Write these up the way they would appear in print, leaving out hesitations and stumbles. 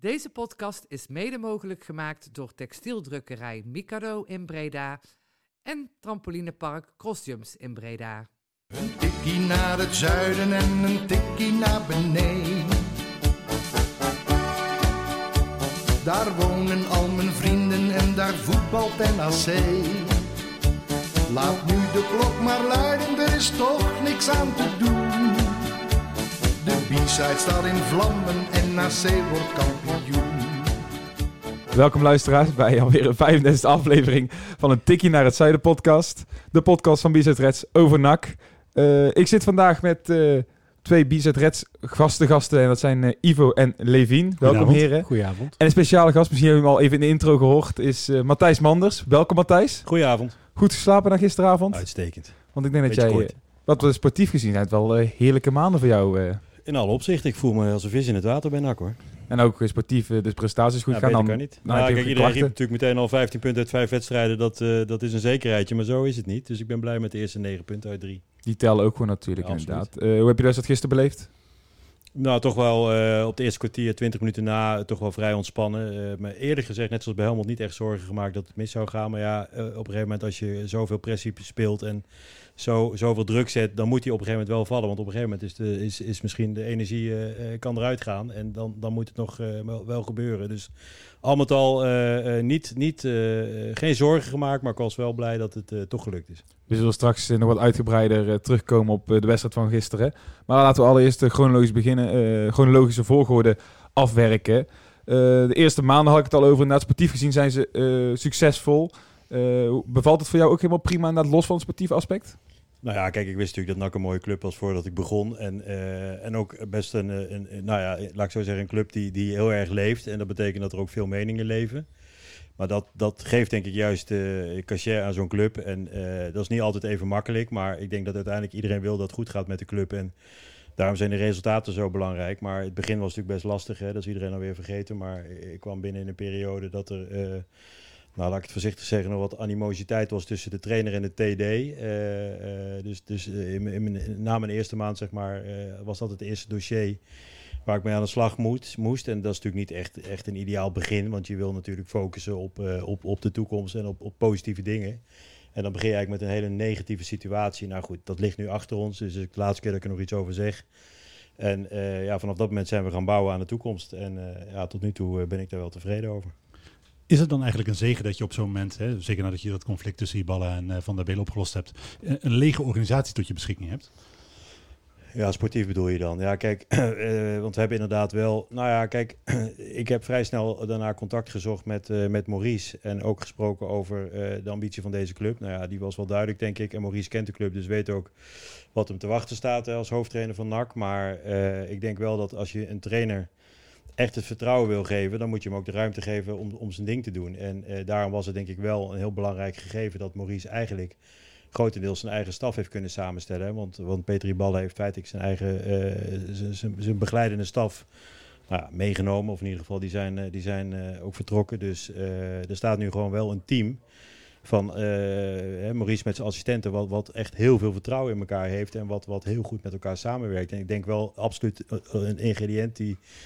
Deze podcast is mede mogelijk gemaakt door textieldrukkerij Mikado in Breda en trampolinepark Crossjumps in Breda. Een tikkie naar het zuiden en een tikkie naar beneden. Daar wonen al mijn vrienden en daar voetbalt NAC. Laat nu de klok maar luiden, er is toch niks aan te doen. De B-side staat in vlammen en NAC wordt kampioen. Welkom luisteraars bij alweer een 35e aflevering van een Tikkie naar het Zuiden podcast. De podcast van B-side Reds over NAC. Ik zit vandaag met twee B-side Reds gasten en dat zijn Ivo en Levien. Welkom heren. Goedenavond. En een speciale gast, misschien hebben we hem al even in de intro gehoord, is Matthijs Manders. Welkom Matthijs. Goedenavond. Goed geslapen na gisteravond? Uitstekend. Want ik denk dat Beetje jij, kort. wat we sportief gezien zijn, het wel heerlijke maanden voor jou. In alle opzichten, ik voel me als een vis in het water bij NAC hoor. En ook sportief, dus prestaties goed Ja, gaan. beter Dan, kan niet. dan heb je Kijk, geen iedereen riep klachten. natuurlijk meteen al 15 punten uit 5 wedstrijden. Dat is een zekerheidje, maar zo is het niet. Dus ik ben blij met de eerste 9 punten uit 3. Die tellen ook gewoon natuurlijk Ja, inderdaad. Hoe heb je de wedstrijd gisteren beleefd? Nou, toch wel op de eerste kwartier, 20 minuten na, toch wel vrij ontspannen. Maar eerlijk gezegd, net zoals bij Helmond, niet echt zorgen gemaakt dat het mis zou gaan. Maar ja, op een gegeven moment als je zoveel pressie speelt en zoveel druk zet, dan moet hij op een gegeven moment wel vallen. Want op een gegeven moment is misschien de energie kan eruit gaan. En dan moet het nog wel gebeuren. Dus al met al geen zorgen gemaakt, maar ik was wel blij dat het toch gelukt is. We zullen straks nog wat uitgebreider terugkomen op de wedstrijd van gisteren. Maar laten we allereerst chronologisch beginnen. Chronologische volgorde afwerken. De eerste maanden had ik het al over. Inderdaad, sportief gezien zijn ze succesvol. Bevalt het voor jou ook helemaal prima, inderdaad, los van het sportieve aspect? Nou ja, kijk, ik wist natuurlijk dat NAC een mooie club was voordat ik begon. En ook best laat ik zo zeggen, een club die heel erg leeft. En dat betekent dat er ook veel meningen leven. Maar dat geeft denk ik juist cachet aan zo'n club. En dat is niet altijd even makkelijk. Maar ik denk dat uiteindelijk iedereen wil dat het goed gaat met de club. En daarom zijn de resultaten zo belangrijk. Maar het begin was natuurlijk best lastig. Hè? Dat is iedereen alweer vergeten. Maar ik kwam binnen in een periode dat er... laat ik het voorzichtig zeggen, nog wat animositeit was tussen de trainer en de TD. Na mijn eerste maand, zeg maar, was dat het eerste dossier waar ik mee aan de slag moest. En dat is natuurlijk niet echt een ideaal begin, want je wil natuurlijk focussen op de toekomst en op positieve dingen. En dan begin je eigenlijk met een hele negatieve situatie. Nou goed, dat ligt nu achter ons, dus de laatste keer dat ik er nog iets over zeg. En vanaf dat moment zijn we gaan bouwen aan de toekomst. En tot nu toe ben ik daar wel tevreden over. Is het dan eigenlijk een zegen dat je op zo'n moment, zeker nadat je dat conflict tussen Hiballa en Van der Belen opgelost hebt, een lege organisatie tot je beschikking hebt? Ja, sportief bedoel je dan. Ja, kijk, want we hebben inderdaad wel... Nou ja, kijk, ik heb vrij snel daarna contact gezocht met Maurice en ook gesproken over de ambitie van deze club. Nou ja, die was wel duidelijk, denk ik. En Maurice kent de club, dus weet ook wat hem te wachten staat als hoofdtrainer van NAC. Maar ik denk wel dat als je een trainer echt het vertrouwen wil geven, dan moet je hem ook de ruimte geven om zijn ding te doen. En daarom was het denk ik wel een heel belangrijk gegeven dat Maurice eigenlijk grotendeels zijn eigen staf heeft kunnen samenstellen. Want Peter Hiballa heeft feitelijk zijn eigen zijn begeleidende staf meegenomen. Of in ieder geval, die zijn ook vertrokken. Dus er staat nu gewoon wel een team van Maurice met zijn assistenten wat echt heel veel vertrouwen in elkaar heeft en wat heel goed met elkaar samenwerkt. En ik denk wel absoluut een ingrediënt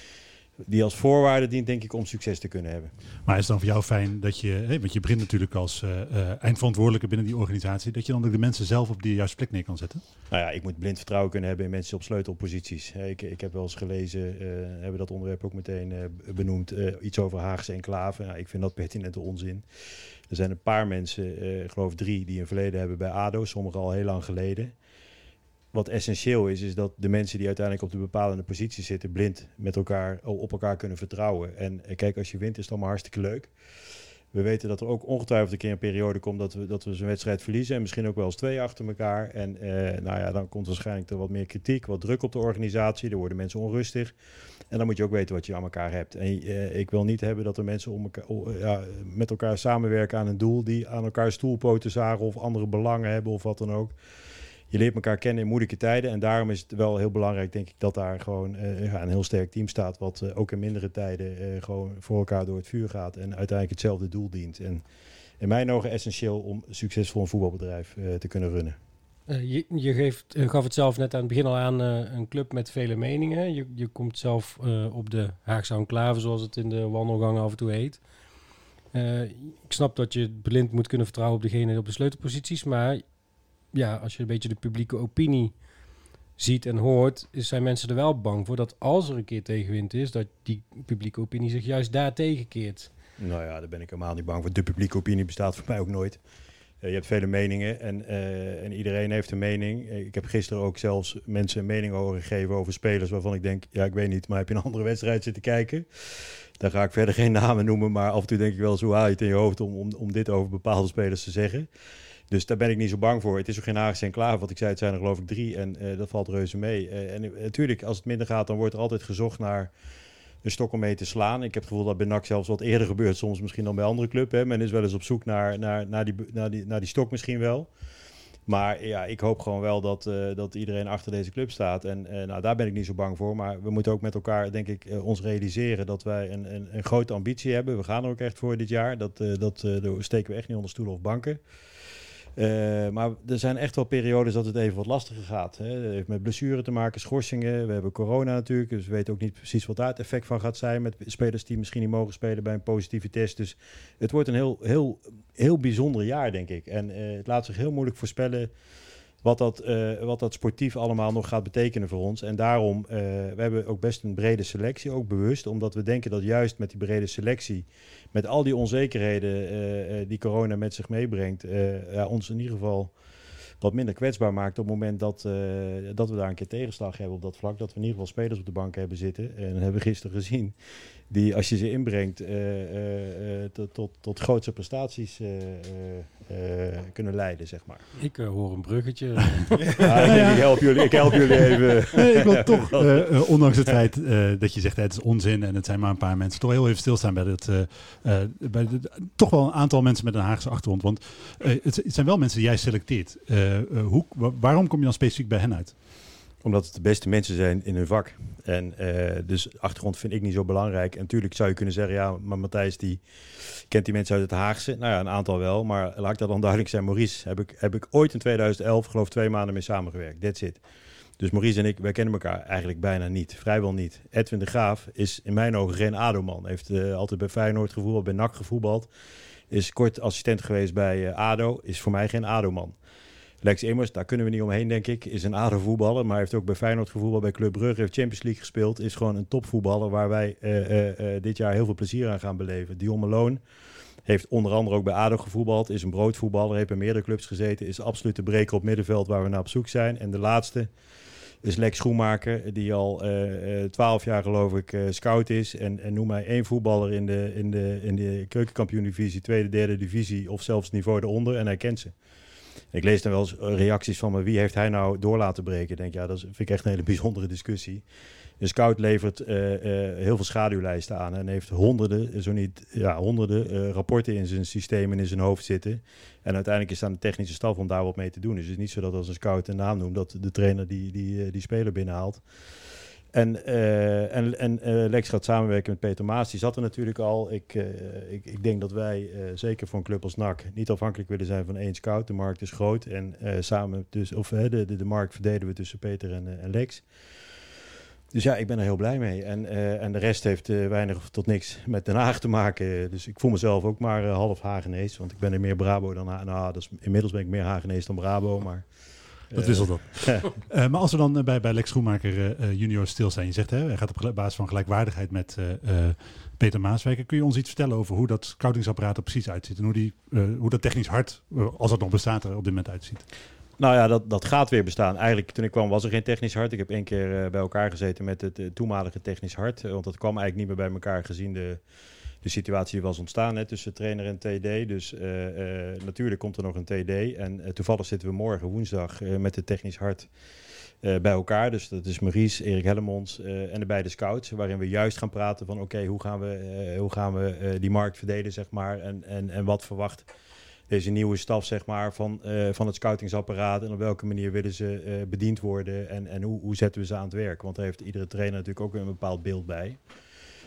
die als voorwaarde dient, denk ik, om succes te kunnen hebben. Maar is het dan voor jou fijn dat je, want je begint natuurlijk als eindverantwoordelijke binnen die organisatie, dat je dan ook de mensen zelf op die juiste plek neer kan zetten? Nou ja, ik moet blind vertrouwen kunnen hebben in mensen op sleutelposities. Ik heb wel eens gelezen, hebben dat onderwerp ook meteen benoemd, iets over Haagse enclave. Nou, ik vind dat pertinente onzin. Er zijn een paar mensen, ik geloof 3, die een verleden hebben bij ADO, sommigen al heel lang geleden. Wat essentieel is dat de mensen die uiteindelijk op de bepalende positie zitten, blind op elkaar kunnen vertrouwen. En kijk, als je wint is het allemaal hartstikke leuk. We weten dat er ook ongetwijfeld een keer een periode komt dat we zo'n wedstrijd verliezen. En misschien ook wel eens 2 achter elkaar. En dan komt waarschijnlijk er wat meer kritiek, wat druk op de organisatie. Er worden mensen onrustig. En dan moet je ook weten wat je aan elkaar hebt. En ik wil niet hebben dat er mensen met elkaar samenwerken aan een doel, die aan elkaar stoelpoten zagen of andere belangen hebben of wat dan ook. Je leert elkaar kennen in moeilijke tijden. En daarom is het wel heel belangrijk, denk ik, dat daar gewoon een heel sterk team staat. Wat ook in mindere tijden gewoon voor elkaar door het vuur gaat. En uiteindelijk hetzelfde doel dient. En in mijn ogen essentieel om succesvol een voetbalbedrijf te kunnen runnen. Je gaf het zelf net aan het begin al aan, een club met vele meningen. Je komt zelf op de Haagse enclave, zoals het in de wandelgangen af en toe heet. Ik snap dat je blind moet kunnen vertrouwen op degene op de sleutelposities. Maar ja, als je een beetje de publieke opinie ziet en hoort, zijn mensen er wel bang voor dat als er een keer tegenwind is, dat die publieke opinie zich juist daar tegenkeert. Nou ja, daar ben ik helemaal niet bang voor. De publieke opinie bestaat voor mij ook nooit. Je hebt vele meningen en iedereen heeft een mening. Ik heb gisteren ook zelfs mensen een mening horen geven over spelers waarvan ik denk, ja, ik weet niet, maar heb je een andere wedstrijd zitten kijken? Daar ga ik verder geen namen noemen, maar af en toe denk ik wel eens, hoe haal je het in je hoofd om dit over bepaalde spelers te zeggen? Dus daar ben ik niet zo bang voor. Het is ook geen Haagse enclave, wat ik zei, het zijn er geloof ik 3 en dat valt reuze mee. En natuurlijk, als het minder gaat, dan wordt er altijd gezocht naar een stok om mee te slaan. Ik heb het gevoel dat bij NAC zelfs wat eerder gebeurt, soms misschien dan bij andere clubs. Men is wel eens op zoek naar die stok misschien wel. Maar ja, ik hoop gewoon wel dat iedereen achter deze club staat. En nou, daar ben ik niet zo bang voor. Maar we moeten ook met elkaar, denk ik, ons realiseren dat wij een grote ambitie hebben. We gaan er ook echt voor dit jaar. Dat steken we echt niet onder stoelen of banken. Maar er zijn echt wel periodes dat het even wat lastiger gaat. Hè. Het heeft met blessure te maken, schorsingen. We hebben corona natuurlijk, dus we weten ook niet precies wat daar het effect van gaat zijn met spelers die misschien niet mogen spelen bij een positieve test. Dus het wordt een heel bijzonder jaar, denk ik. En het laat zich heel moeilijk voorspellen wat dat sportief allemaal nog gaat betekenen voor ons. En daarom, we hebben ook best een brede selectie, ook bewust. Omdat we denken dat juist met die brede selectie, met al die onzekerheden die corona met zich meebrengt, ons in ieder geval wat minder kwetsbaar maakt op het moment dat we daar een keer tegenslag hebben op dat vlak. Dat we in ieder geval spelers op de bank hebben zitten. En dat hebben we gisteren gezien. Die, als je ze inbrengt, tot grootste prestaties kunnen leiden, zeg maar. Ik hoor een bruggetje. Ik help jullie even. Ik wil toch, ondanks het feit dat je zegt het is onzin en het zijn maar een paar mensen, toch heel even stilstaan bij toch wel een aantal mensen met een Haagse achtergrond. Want het zijn wel mensen die jij selecteert. Waarom kom je dan specifiek bij hen uit? Omdat het de beste mensen zijn in hun vak. En dus achtergrond vind ik niet zo belangrijk. En natuurlijk zou je kunnen zeggen, ja, maar Matthijs die kent die mensen uit het Haagse. Nou ja, een aantal wel. Maar laat ik dat dan duidelijk zijn. Maurice heb ik ooit in 2011, geloof 2 maanden mee samengewerkt. That's it. Dus Maurice en ik, wij kennen elkaar eigenlijk bijna niet. Vrijwel niet. Edwin de Graaf is in mijn ogen geen ADO-man. Heeft altijd bij Feyenoord gevoetbald, bij NAC gevoetbald. Is kort assistent geweest bij ADO. Is voor mij geen ADO-man. Lex Immers, daar kunnen we niet omheen, denk ik, is een ADO-voetballer, maar heeft ook bij Feyenoord gevoetbald, bij Club Brugge, heeft Champions League gespeeld, is gewoon een topvoetballer waar wij dit jaar heel veel plezier aan gaan beleven. Dion Malone heeft onder andere ook bij ADO gevoetbald, is een broodvoetballer, heeft bij meerdere clubs gezeten, is absoluut de breker op middenveld waar we naar op zoek zijn. En de laatste is Lex Schoenmaker, die al 12 jaar geloof ik scout is. En noem mij 1 voetballer in de keukenkampioen-divisie, tweede, derde divisie of zelfs niveau eronder en hij kent ze. Ik lees dan wel eens reacties van, maar wie heeft hij nou door laten breken? Ik denk, ja, dat vind ik echt een hele bijzondere discussie. Een scout levert heel veel schaduwlijsten aan en heeft honderden rapporten in zijn systeem en in zijn hoofd zitten. En uiteindelijk is het aan de technische staf om daar wat mee te doen. Dus het is niet zo dat als een scout een naam noemt, dat de trainer die speler binnenhaalt. En Lex gaat samenwerken met Peter Maas. Die zat er natuurlijk al. Ik denk dat wij, zeker voor een club als NAC, niet afhankelijk willen zijn van 1 scout. De markt is groot. En samen de markt verdelen we tussen Peter en Lex. Dus ja, ik ben er heel blij mee. En de rest heeft weinig tot niks met Den Haag te maken. Dus ik voel mezelf ook maar half Hagenees. Want ik ben er meer Brabo dan inmiddels ben ik meer Hagenees dan Brabo, maar... Dat wisselt op. Maar als we dan bij Lex Schoenmaker junior stil zijn. Je zegt, hij gaat op basis van gelijkwaardigheid met Peter Maaswijker. Kun je ons iets vertellen over hoe dat scoutingsapparaat er precies uitziet? En hoe dat technisch hard, als dat nog bestaat, er op dit moment uitziet? Nou ja, dat gaat weer bestaan. Eigenlijk toen ik kwam was er geen technisch hart. Ik heb 1 keer bij elkaar gezeten met het toenmalige technisch hart. Want dat kwam eigenlijk niet meer bij elkaar gezien de situatie die was ontstaan tussen trainer en TD. Dus natuurlijk komt er nog een TD. En toevallig zitten we morgen woensdag met het technisch hart bij elkaar. Dus dat is Maurice, Erik Hellemons en de beide scouts. Waarin we juist gaan praten van oké, hoe gaan we die markt verdelen, zeg maar. En wat verwacht deze nieuwe staf, zeg maar, van het scoutingsapparaat. En op welke manier willen ze bediend worden. En hoe zetten we ze aan het werk. Want daar heeft iedere trainer natuurlijk ook een bepaald beeld bij.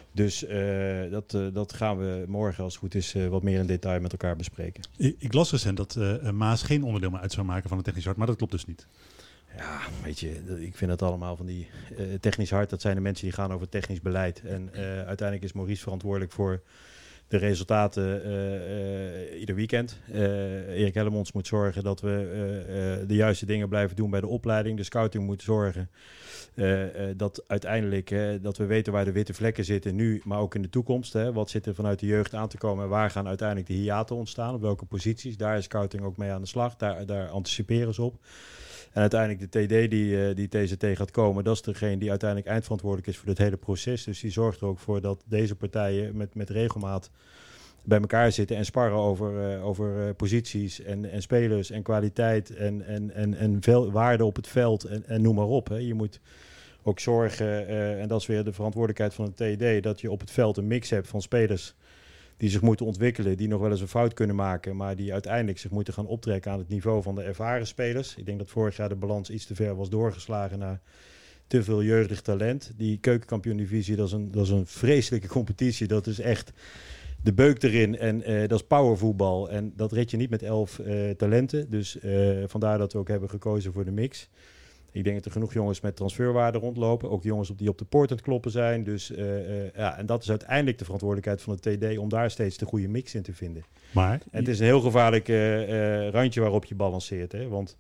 Dus dat gaan we morgen, als het goed is, wat meer in detail met elkaar bespreken. Ik las recent dat Maas geen onderdeel meer uit zou maken van het technisch hart, maar dat klopt dus niet. Ja, weet je, ik vind het allemaal van die technisch hart. Dat zijn de mensen die gaan over technisch beleid. En uiteindelijk is Maurice verantwoordelijk voor de resultaten ieder weekend. Erik Hellemons moet zorgen dat we de juiste dingen blijven doen bij de opleiding. De scouting moet zorgen dat uiteindelijk dat we weten waar de witte vlekken zitten nu, maar ook in de toekomst. Wat zit er vanuit de jeugd aan te komen en waar gaan uiteindelijk de hiaten ontstaan? Op welke posities? Daar is scouting ook mee aan de slag. Daar anticiperen ze op. En uiteindelijk de TD die TZT gaat komen, dat is degene die uiteindelijk eindverantwoordelijk is voor dit hele proces. Dus die zorgt er ook voor dat deze partijen met regelmaat bij elkaar zitten en sparren over posities en spelers en kwaliteit en veel waarde op het veld en noem maar op. Hè. Je moet ook zorgen, en dat is weer de verantwoordelijkheid van de TD, dat je op het veld een mix hebt van spelers die zich moeten ontwikkelen, die nog wel eens een fout kunnen maken, maar die uiteindelijk zich moeten gaan optrekken aan het niveau van de ervaren spelers. Ik denk dat vorig jaar de balans iets te ver was doorgeslagen naar te veel jeugdig talent. Die keukenkampioen-divisie, dat is een vreselijke competitie. Dat is echt de beuk erin en dat is powervoetbal. En dat red je niet met 11 talenten. Dus vandaar dat we ook hebben gekozen voor de mix. Ik denk dat er genoeg jongens met transferwaarde rondlopen. Ook jongens die op de poort aan het kloppen zijn. Dus, en dat is uiteindelijk de verantwoordelijkheid van de TD om daar steeds de goede mix in te vinden. Maar en het is een heel gevaarlijk randje waarop je balanceert. Hè? Want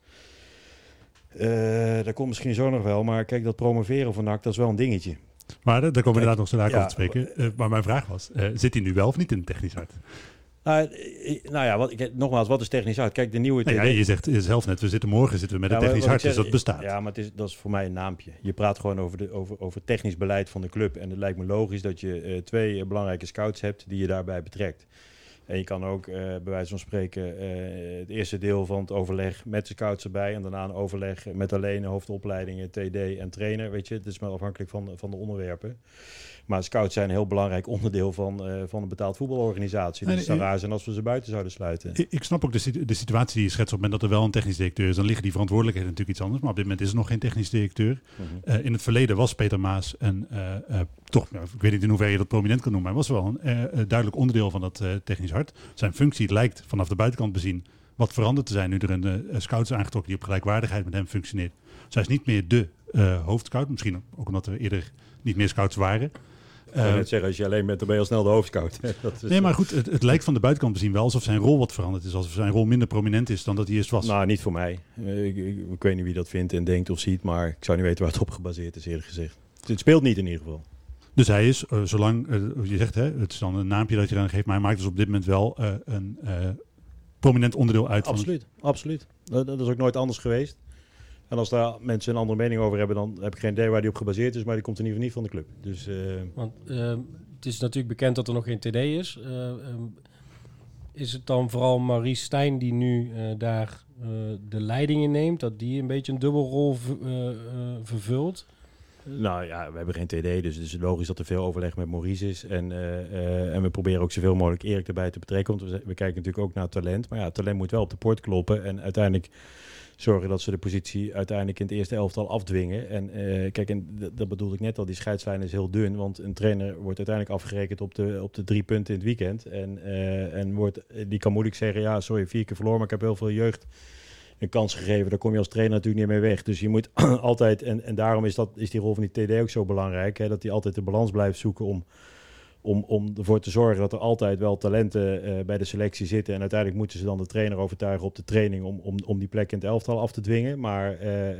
dat komt misschien zo nog wel. Maar kijk, dat promoveren van NAC, dat is wel een dingetje. Maar daar komen we inderdaad nog zo over te spreken. Maar mijn vraag was, zit hij nu wel of niet in het technisch hart? Nou ja, nogmaals, wat is technisch hart? Kijk, de nieuwe TD... Ja, je zegt zelf net, morgen zitten we met het technisch hart, dus dat bestaat. Ja, maar dat is voor mij een naampje. Je praat gewoon over technisch beleid van de club. En het lijkt me logisch dat je 2 belangrijke scouts hebt die je daarbij betrekt. En je kan ook, bij wijze van spreken, het eerste deel van het overleg met de scouts erbij. En daarna een overleg met alleen hoofdopleidingen, TD en trainer. Weet je, het is maar afhankelijk van de onderwerpen. Maar scouts zijn een heel belangrijk onderdeel van een betaald voetbalorganisatie. Dus het zou raar zijn als we ze buiten zouden sluiten. Ik snap ook de situatie die je schetst op het moment dat er wel een technisch directeur is. Dan liggen die verantwoordelijkheden natuurlijk iets anders. Maar op dit moment is er nog geen technisch directeur. Mm-hmm. In het verleden was Peter Maas toch, ik weet niet in hoeverre je dat prominent kan noemen, maar hij was wel een duidelijk onderdeel van dat technisch hart. Zijn functie lijkt vanaf de buitenkant bezien wat veranderd te zijn nu er een scout is aangetrokken die op gelijkwaardigheid met hem functioneert. Zij is niet meer de hoofdscout. Misschien ook omdat er eerder niet meer scouts waren. Ik kan net zeggen, als je alleen bent, dan ben je al snel de hoofdscout. Nee, maar goed, het lijkt van de buitenkant bezien wel alsof zijn rol wat veranderd is. Alsof zijn rol minder prominent is dan dat hij eerst was. Nou, niet voor mij. Ik weet niet wie dat vindt en denkt of ziet, maar ik zou niet weten waar het op gebaseerd is, eerlijk gezegd. Het speelt niet in ieder geval. Dus hij is, zolang je zegt, het is dan een naampje dat je eraan geeft, maar hij maakt dus op dit moment wel een prominent onderdeel uit. Absoluut, absoluut. Dat is ook nooit anders geweest. En als daar mensen een andere mening over hebben, dan heb ik geen idee waar die op gebaseerd is, maar die komt in ieder geval niet van de club. Dus, Want het is natuurlijk bekend dat er nog geen TD is. Is het dan vooral Maurice Stijn die nu daar de leiding in neemt, dat die een beetje een dubbelrol vervult? Nou ja, we hebben geen TD, dus het is logisch dat er veel overleg met Maurice is. En we proberen ook zoveel mogelijk Erik erbij te betrekken, want we kijken natuurlijk ook naar talent. Maar ja, talent moet wel op de poort kloppen en uiteindelijk zorgen dat ze de positie uiteindelijk in het eerste elftal afdwingen. En kijk, en dat bedoelde ik net al, die scheidslijn is heel dun, want een trainer wordt uiteindelijk afgerekend op de 3 punten in het weekend. En die kan moeilijk zeggen, ja, sorry, 4 keer verloren, maar ik heb heel veel jeugd een kans gegeven. Daar kom je als trainer natuurlijk niet mee weg. Dus je moet altijd, en daarom is die rol van die TD ook zo belangrijk, hè, dat hij altijd de balans blijft zoeken om ervoor te zorgen dat er altijd wel talenten bij de selectie zitten. En uiteindelijk moeten ze dan de trainer overtuigen op de training om die plek in het elftal af te dwingen. Maar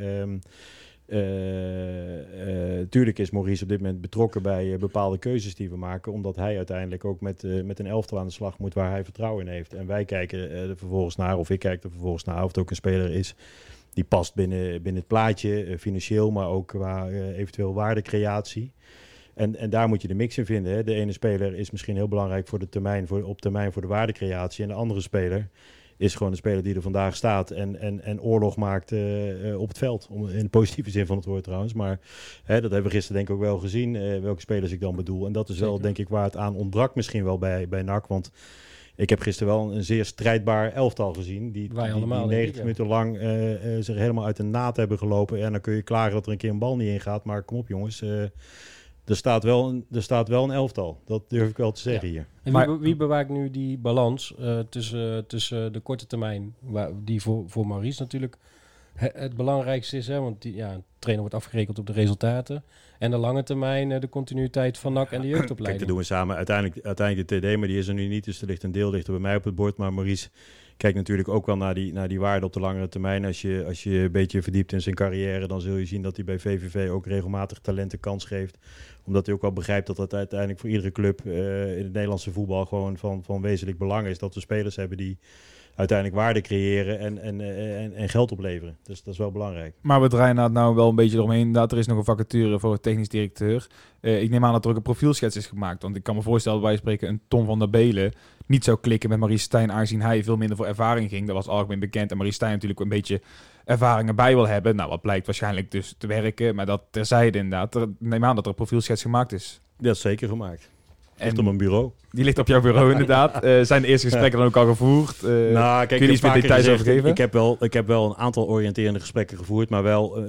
tuurlijk is Maurice op dit moment betrokken bij bepaalde keuzes die we maken, omdat hij uiteindelijk ook met een elftal aan de slag moet waar hij vertrouwen in heeft. En wij kijken er vervolgens naar, of ik kijk er vervolgens naar, of het ook een speler is die past binnen het plaatje, financieel, maar ook qua eventueel waardecreatie. En daar moet je de mix in vinden. Hè. De ene speler is misschien heel belangrijk op termijn voor de waardecreatie. En de andere speler is gewoon een speler die er vandaag staat en oorlog maakt op het veld. In de positieve zin van het woord trouwens. Maar dat hebben we gisteren denk ik ook wel gezien, welke spelers ik dan bedoel. En dat is wel denk ik waar het aan ontbrak misschien wel bij NAC. Want ik heb gisteren wel een zeer strijdbaar elftal gezien. Die 90 minuten lang zich helemaal uit de naad hebben gelopen. En dan kun je klagen dat er een keer een bal niet ingaat. Maar kom op jongens, er staat wel een elftal. Dat durf ik wel te zeggen hier. En wie bewaakt nu die balans tussen de korte termijn, die voor Maurice natuurlijk het belangrijkste is, hè? Want een trainer wordt afgerekend op de resultaten. En de lange termijn de continuïteit van NAC en de jeugdopleiding. Kijk, dat doen we samen. Uiteindelijk de TD, maar die is er nu niet. Dus er ligt een deel bij mij op het bord. Maar Maurice kijkt natuurlijk ook wel naar die waarde op de langere termijn. Als je een beetje verdiept in zijn carrière, dan zul je zien dat hij bij VVV ook regelmatig talenten kans geeft. Omdat hij ook wel begrijpt dat het uiteindelijk voor iedere club in het Nederlandse voetbal gewoon van wezenlijk belang is. Dat we spelers hebben die uiteindelijk waarde creëren en geld opleveren. Dus dat is wel belangrijk. Maar we draaien nou wel een beetje eromheen. Inderdaad, er is nog een vacature voor een technisch directeur. Ik neem aan dat er ook een profielschets is gemaakt. Want ik kan me voorstellen dat wij spreken een Tom van der Belen niet zou klikken met Maurice Stijn, aangezien hij veel minder voor ervaring ging. Dat was algemeen bekend. En Maurice Stijn natuurlijk een beetje ervaringen bij wil hebben. Nou, wat blijkt waarschijnlijk dus te werken. Maar dat terzijde inderdaad. Neem aan dat er een profielschets gemaakt is. Dat is zeker gemaakt. Ligt op mijn bureau. Die ligt op jouw bureau inderdaad. Zijn de eerste gesprekken dan ook al gevoerd? Kijk, kun je iets meer details over geven? Ik heb wel een aantal oriënterende gesprekken gevoerd, maar wel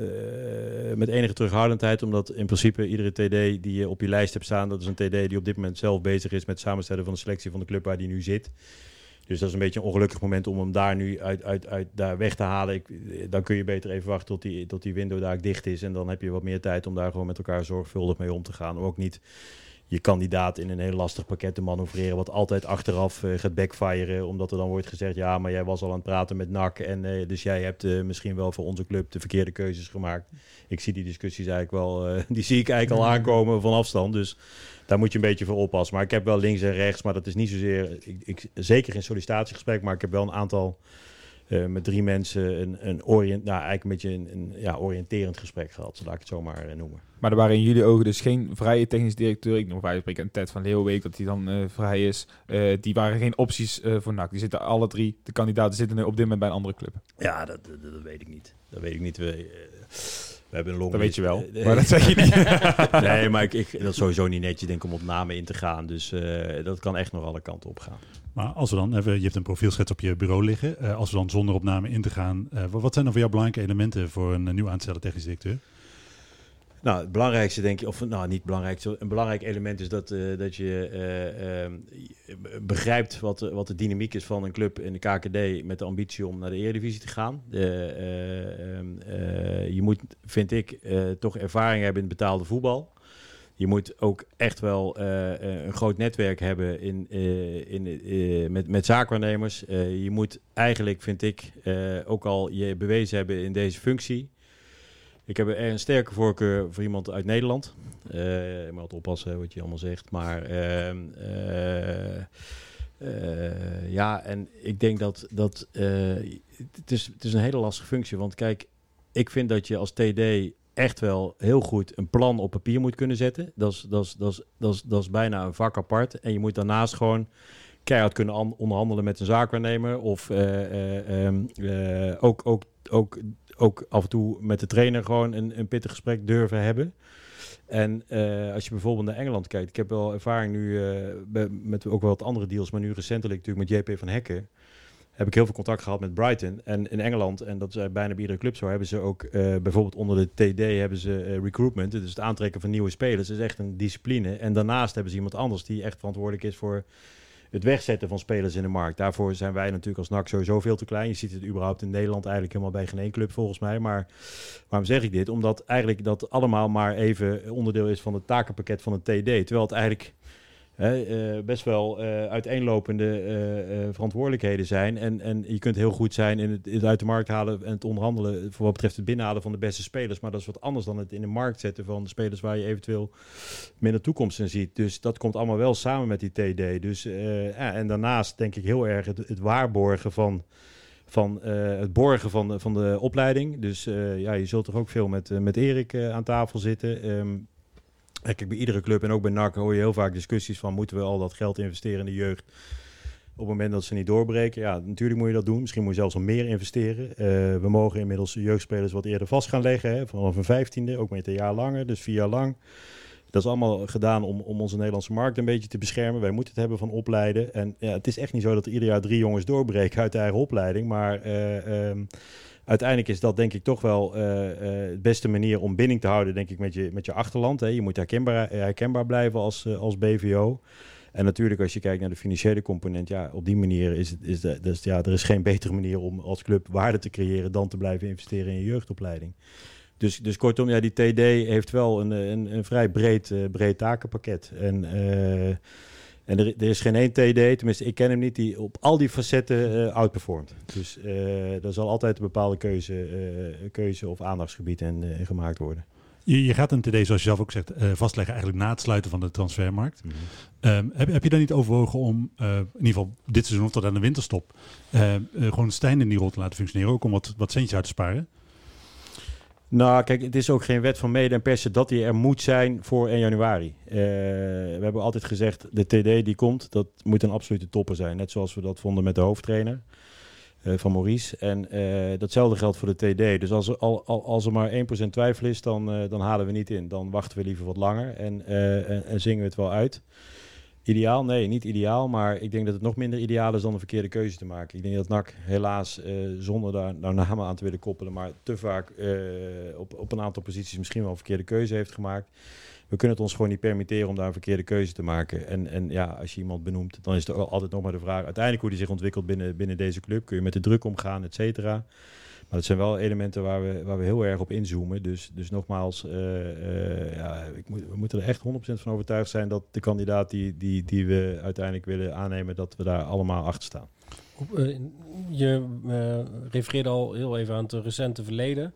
met enige terughoudendheid. Omdat in principe iedere TD die je op je lijst hebt staan, dat is een TD die op dit moment zelf bezig is met het samenstellen van de selectie van de club waar die nu zit. Dus dat is een beetje een ongelukkig moment om hem daar nu uit daar weg te halen. Dan kun je beter even wachten tot die window daar dicht is. En dan heb je wat meer tijd om daar gewoon met elkaar zorgvuldig mee om te gaan. Om ook niet je kandidaat in een heel lastig pakket te manoeuvreren, wat altijd achteraf gaat backfiren, omdat er dan wordt gezegd, ja, maar jij was al aan het praten met NAC en dus jij hebt misschien wel voor onze club de verkeerde keuzes gemaakt. Ik zie die discussies eigenlijk wel, die zie ik eigenlijk al aankomen van afstand, dus daar moet je een beetje voor oppassen. Maar ik heb wel links en rechts, maar dat is niet zozeer, zeker geen sollicitatiegesprek, maar ik heb wel een aantal met 3 mensen eigenlijk een beetje een oriënterend gesprek gehad, laat ik het zo maar noemen. Maar er waren in jullie ogen dus geen vrije technisch directeur. Ik noem bij spreken een Ted van Leeuwenbeek dat hij dan vrij is. Die waren geen opties voor NAC. Die zitten alle 3, de kandidaten zitten nu op dit moment bij een andere club. Ja, dat weet ik niet. Dat weet ik niet. We hebben een long. Dat weet je wel, maar dat zeg je niet. Nee, maar dat is sowieso niet netjes denk ik om op namen in te gaan. Dus dat kan echt nog alle kanten op gaan. Maar als we dan even, je hebt een profielschets op je bureau liggen. Als we dan zonder op namen in te gaan, wat zijn dan voor jou belangrijke elementen voor een nieuw aanstellen technisch directeur? Nou, het belangrijkste denk ik, of nou niet belangrijk, een belangrijk element is dat je begrijpt wat de dynamiek is van een club in de KKD met de ambitie om naar de Eredivisie te gaan. Je moet, vind ik, toch ervaring hebben in het betaalde voetbal. Je moet ook echt wel een groot netwerk hebben met zaakwaarnemers. Je moet eigenlijk, vind ik, ook al je bewezen hebben in deze functie. Ik heb een sterke voorkeur voor iemand uit Nederland. Je moet altijd oppassen wat je allemaal zegt. Maar en ik denk dat het is een hele lastige functie. Want kijk, ik vind dat je als TD echt wel heel goed een plan op papier moet kunnen zetten. Dat is bijna een vak apart. En je moet daarnaast gewoon keihard kunnen onderhandelen met een zaakwaarnemer. Of ook af en toe met de trainer gewoon een pittig gesprek durven hebben. En als je bijvoorbeeld naar Engeland kijkt. Ik heb wel ervaring nu met ook wel wat andere deals. Maar nu recentelijk natuurlijk met JP van Hekken. Heb ik heel veel contact gehad met Brighton. En in Engeland, en dat is bijna bij iedere club zo, hebben ze ook bijvoorbeeld onder de TD hebben ze recruitment. Dus het aantrekken van nieuwe spelers. Dat is echt een discipline. En daarnaast hebben ze iemand anders die echt verantwoordelijk is voor het wegzetten van spelers in de markt. Daarvoor zijn wij natuurlijk als NAC sowieso veel te klein. Je ziet het überhaupt in Nederland eigenlijk helemaal bij geen één club volgens mij. Maar waarom zeg ik dit? Omdat eigenlijk dat allemaal maar even onderdeel is van het takenpakket van het TD. Terwijl het eigenlijk best wel uiteenlopende verantwoordelijkheden zijn. En je kunt heel goed zijn in het uit de markt halen en het onderhandelen voor wat betreft het binnenhalen van de beste spelers. Maar dat is wat anders dan het in de markt zetten van de spelers waar je eventueel minder toekomst in ziet. Dus dat komt allemaal wel samen met die TD. Dus, en daarnaast denk ik heel erg het waarborgen het borgen van de opleiding. Dus je zult toch ook veel met Erik aan tafel zitten. Kijk, bij iedere club en ook bij NAC hoor je heel vaak discussies van moeten we al dat geld investeren in de jeugd op het moment dat ze niet doorbreken. Ja, natuurlijk moet je dat doen. Misschien moet je zelfs al meer investeren. We mogen inmiddels jeugdspelers wat eerder vast gaan leggen. Hè, vanaf een 15e, ook met een jaar langer, dus 4 jaar lang. Dat is allemaal gedaan om onze Nederlandse markt een beetje te beschermen. Wij moeten het hebben van opleiden. En ja, het is echt niet zo dat er ieder jaar 3 jongens doorbreken uit de eigen opleiding. Maar uiteindelijk is dat denk ik toch wel de beste manier om binding te houden, denk ik, met je achterland. Hè. Je moet herkenbaar blijven als BVO. En natuurlijk als je kijkt naar de financiële component, ja, op die manier er is geen betere manier om als club waarde te creëren dan te blijven investeren in je jeugdopleiding. Dus kortom, ja, die TD heeft wel een vrij breed takenpakket. En er is geen één TD, tenminste ik ken hem niet, die op al die facetten outperformt. Dus er zal altijd een bepaalde keuze of aandachtsgebied in gemaakt worden. Je gaat een TD, zoals je zelf ook zegt, vastleggen eigenlijk na het sluiten van de transfermarkt. Mm-hmm. Heb je dan niet overwogen om, in ieder geval dit seizoen of tot aan de winterstop, gewoon Stijn in die rol te laten functioneren, ook om wat centjes uit te sparen? Nou, kijk, het is ook geen wet van mede en perse dat hij er moet zijn voor 1 januari. We hebben altijd gezegd, de TD die komt, dat moet een absolute topper zijn. Net zoals we dat vonden met de hoofdtrainer van Maurice. En datzelfde geldt voor de TD. Dus als er maar 1% twijfel is, dan halen we niet in. Dan wachten we liever wat langer en zingen we het wel uit. Ideaal? Nee, niet ideaal. Maar ik denk dat het nog minder ideaal is dan een verkeerde keuze te maken. Ik denk dat NAC helaas, zonder daar nou namen aan te willen koppelen, maar te vaak op een aantal posities misschien wel een verkeerde keuze heeft gemaakt. We kunnen het ons gewoon niet permitteren om daar een verkeerde keuze te maken. En ja, als je iemand benoemt, dan is het altijd nog maar de vraag uiteindelijk hoe die zich ontwikkelt binnen deze club. Kun je met de druk omgaan, et cetera. Maar dat zijn wel elementen waar we heel erg op inzoomen. Dus nogmaals, we moeten er echt 100% van overtuigd zijn dat de kandidaat die we uiteindelijk willen aannemen, dat we daar allemaal achter staan. Je refereerde al heel even aan het recente verleden.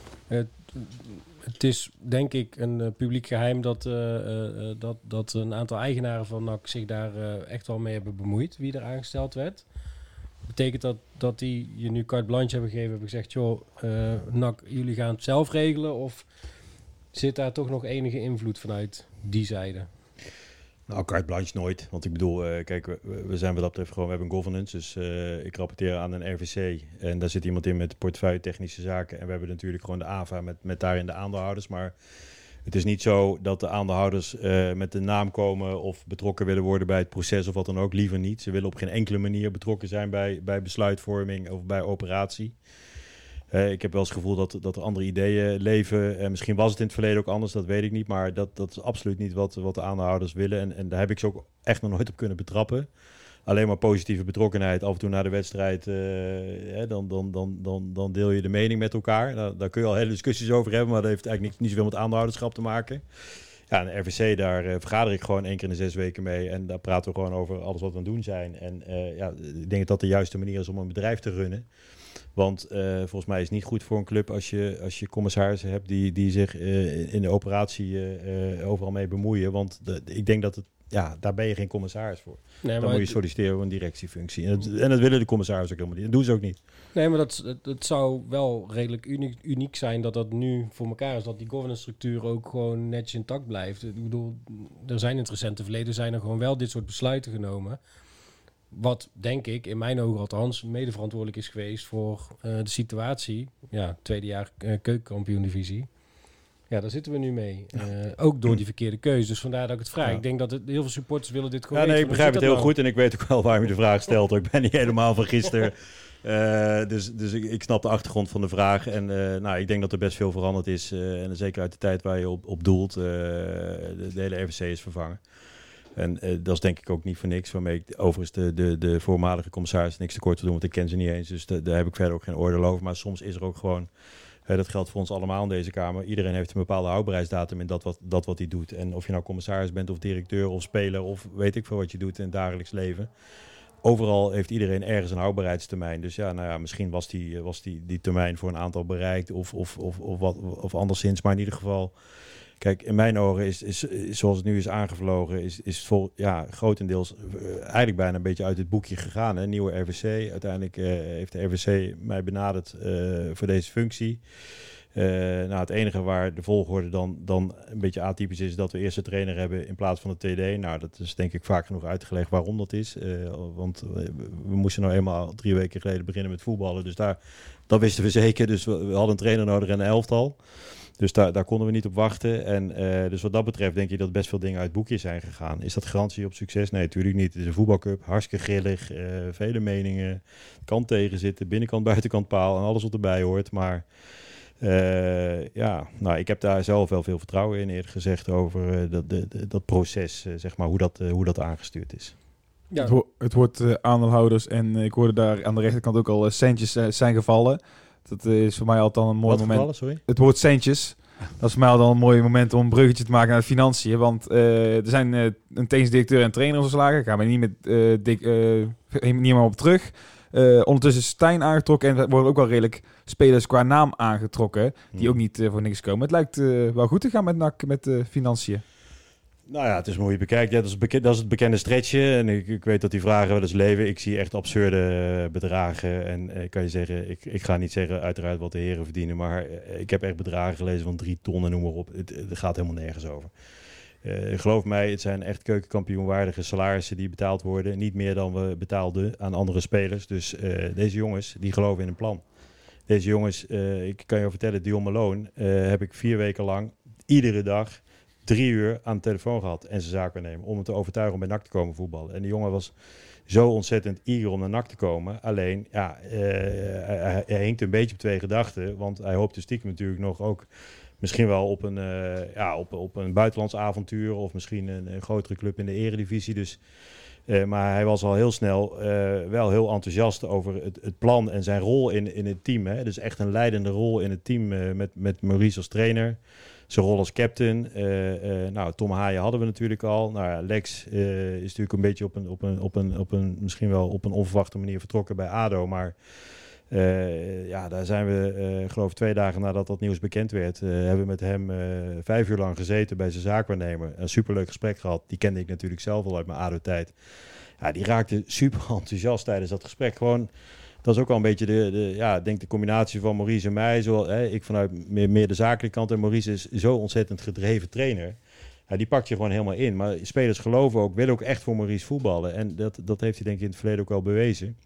Het is denk ik een publiek geheim dat een aantal eigenaren van NAC zich daar echt wel mee hebben bemoeid, wie er aangesteld werd. Betekent dat die je nu carte blanche hebben gegeven, hebben gezegd, joh, NAC, jullie gaan het zelf regelen? Of zit daar toch nog enige invloed vanuit die zijde? Nou, carte blanche nooit. Want ik bedoel, kijk, we zijn wat dat betreft gewoon, we hebben een governance. Dus ik rapporteer aan een RVC. En daar zit iemand in met portefeuille technische zaken. En we hebben natuurlijk gewoon de AVA met daarin de aandeelhouders. Maar het is niet zo dat de aandeelhouders met de naam komen of betrokken willen worden bij het proces of wat dan ook. Liever niet. Ze willen op geen enkele manier betrokken zijn bij besluitvorming of bij operatie. Ik heb wel eens het gevoel dat er andere ideeën leven. En misschien was het in het verleden ook anders, dat weet ik niet. Maar dat is absoluut niet wat de aandeelhouders willen. En daar heb ik ze ook echt nog nooit op kunnen betrappen. Alleen maar positieve betrokkenheid. Af en toe na de wedstrijd, dan deel je de mening met elkaar. Daar kun je al hele discussies over hebben, maar dat heeft eigenlijk niet zoveel met aandeelhouderschap te maken. Ja, en de RVC, daar vergader ik gewoon 1 keer in de 6 weken mee. En daar praten we gewoon over alles wat we aan het doen zijn. En ik denk dat dat de juiste manier is om een bedrijf te runnen. Want volgens mij is het niet goed voor een club als je commissarissen hebt die zich in de operatie overal mee bemoeien. Want ik denk dat daar ben je geen commissaris voor. Nee, dan moet je solliciteren voor een directiefunctie. En dat willen de commissarissen ook helemaal niet. Dat doen ze ook niet. Nee, maar dat zou wel redelijk uniek zijn dat nu voor elkaar is. Dat die governance structuur ook gewoon netjes intact blijft. Ik bedoel, er zijn in het recente verleden zijn er gewoon wel dit soort besluiten genomen. Wat, denk ik, in mijn ogen althans, mede verantwoordelijk is geweest voor de situatie. Ja, 2e jaar keukenkampioen-divisie. Ja, daar zitten we nu mee. Ook door die verkeerde keuze. Dus vandaar dat ik het vraag. Ja. Ik denk dat heel veel supporters willen dit gewoon weten. Ik begrijp het heel goed. En ik weet ook wel waarom je de vraag stelt. Ik ben niet helemaal van gisteren. Dus ik snap de achtergrond van de vraag. En ik denk dat er best veel veranderd is. En zeker uit de tijd waar je op doelt. De hele RVC is vervangen. En dat is denk ik ook niet voor niks. Waarmee ik overigens de voormalige commissaris niks tekort te doen. Want ik ken ze niet eens. Dus daar heb ik verder ook geen oordeel over. Maar soms is er ook gewoon... dat geldt voor ons allemaal in deze Kamer. Iedereen heeft een bepaalde houdbaarheidsdatum in dat wat hij doet. En of je nou commissaris bent of directeur of speler... of weet ik veel wat je doet in het dagelijks leven. Overal heeft iedereen ergens een houdbaarheidstermijn. Dus misschien was die termijn voor een aantal bereikt... of anderszins. Maar in ieder geval... Kijk, in mijn ogen is zoals het nu is aangevlogen, is grotendeels eigenlijk bijna een beetje uit het boekje gegaan. Hè? Nieuwe RVC. Uiteindelijk heeft de RVC mij benaderd voor deze functie. Het enige waar de volgorde dan een beetje atypisch is dat we eerst de trainer hebben in plaats van de TD. Nou, dat is denk ik vaak genoeg uitgelegd waarom dat is. Want we moesten nou eenmaal 3 weken geleden beginnen met voetballen. Dus dat wisten we zeker. Dus we hadden een trainer nodig en een elftal. Dus daar konden we niet op wachten. En dus wat dat betreft denk je dat best veel dingen uit het boekje zijn gegaan. Is dat garantie op succes? Nee, natuurlijk niet. Het is een voetbalcup, hartstikke grillig, vele meningen. Kan tegenzitten, binnenkant, buitenkant paal en alles wat erbij hoort. Maar ik heb daar zelf wel veel vertrouwen in, eerder gezegd, over dat proces, zeg maar, hoe dat aangestuurd is. Ja. Het wordt aandeelhouders en ik hoorde daar aan de rechterkant ook al centjes zijn gevallen. Dat is voor mij altijd een mooi moment. Gevallen, sorry? Het woord centjes. Dat is voor mij altijd een mooi moment om een bruggetje te maken naar de financiën. Want er zijn een technisch directeur en trainer ontslagen. Daar gaan we niet meer op terug. Ondertussen is Stijn aangetrokken en er worden ook wel redelijk spelers qua naam aangetrokken. Die ook niet voor niks komen. Het lijkt wel goed te gaan met NAC, met de financiën. Nou ja, het is hoe je bekijkt. Ja, dat is het bekende stretchje. En ik weet dat die vragen wel eens leven. Ik zie echt absurde bedragen. En ik kan je zeggen, ik ga niet zeggen uiteraard wat de heren verdienen. Maar ik heb echt bedragen gelezen van 3 ton en noem maar op. Het gaat helemaal nergens over. Geloof mij, het zijn echt keukenkampioenwaardige salarissen die betaald worden. Niet meer dan we betaalden aan andere spelers. Dus deze jongens, die geloven in een plan. Deze jongens, ik kan je vertellen, Dion Malone heb ik 4 weken lang iedere dag 3 uur aan de telefoon gehad en zijn zaakwaarnemer om hem te overtuigen om bij NAC te komen voetballen. En die jongen was zo ontzettend eager om naar NAC te komen. Alleen, hij hinkt een beetje op 2 gedachten, want hij hoopte stiekem natuurlijk nog ook misschien wel op een buitenlands avontuur of misschien een grotere club in de eredivisie. Dus, maar hij was al heel snel wel heel enthousiast over het plan en zijn rol in het team. Hè? Dus echt een leidende rol in het team met Maurice als trainer. Zijn rol als captain. Tom Haaien hadden we natuurlijk al. Lex is natuurlijk een beetje op een misschien wel op een onverwachte manier vertrokken bij ADO. Maar daar zijn we, geloof ik 2 dagen nadat dat nieuws bekend werd, hebben we met hem 5 uur lang gezeten bij zijn zaakwaarnemer. Een superleuk gesprek gehad. Die kende ik natuurlijk zelf al uit mijn ADO-tijd. Ja, die raakte super enthousiast tijdens dat gesprek. Gewoon, dat is ook wel een beetje de combinatie van Maurice en mij. Ik vanuit meer de zakelijke kant. En Maurice is zo ontzettend gedreven trainer. Ja, die pakt je gewoon helemaal in. Maar spelers geloven ook, willen ook echt voor Maurice voetballen. En dat heeft hij denk ik in het verleden ook wel bewezen.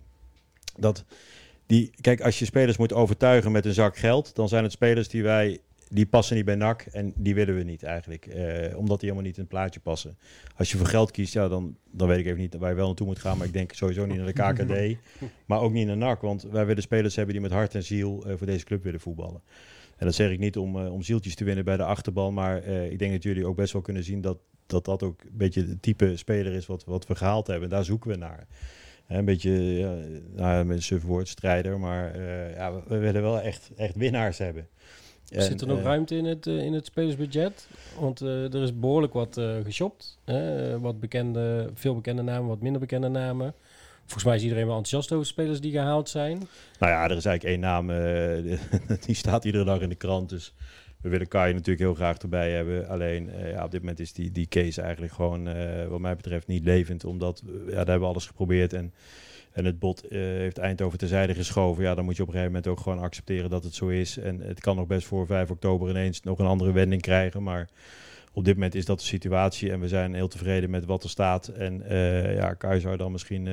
Kijk, als je spelers moet overtuigen met een zak geld, dan zijn het spelers die passen niet bij NAC en die willen we niet eigenlijk. Omdat die helemaal niet in het plaatje passen. Als je voor geld kiest, dan weet ik even niet waar je wel naartoe moet gaan. Maar ik denk sowieso niet naar de KKD. Maar ook niet naar NAC. Want wij willen spelers hebben die met hart en ziel voor deze club willen voetballen. En dat zeg ik niet om zieltjes te winnen bij de achterban. Maar ik denk dat jullie ook best wel kunnen zien dat ook een beetje het type speler is wat we gehaald hebben. Daar zoeken we naar. Een beetje, met een sufwoord, strijder. Maar we willen wel echt winnaars hebben. Zit er nog ruimte in het spelersbudget? Want er is behoorlijk wat geshopt. Veel bekende namen, wat minder bekende namen. Volgens mij is iedereen wel enthousiast over spelers die gehaald zijn. Nou ja, er is eigenlijk 1 naam. Die staat iedere dag in de krant. Dus we willen Kai natuurlijk heel graag erbij hebben. Alleen op dit moment is die case eigenlijk gewoon wat mij betreft niet levend. Omdat daar hebben we alles geprobeerd. En het bod heeft Eindhoven terzijde geschoven. Ja, dan moet je op een gegeven moment ook gewoon accepteren dat het zo is. En het kan nog best voor 5 oktober ineens nog een andere wending krijgen. Maar op dit moment is dat de situatie. En we zijn heel tevreden met wat er staat. En Kai zou dan misschien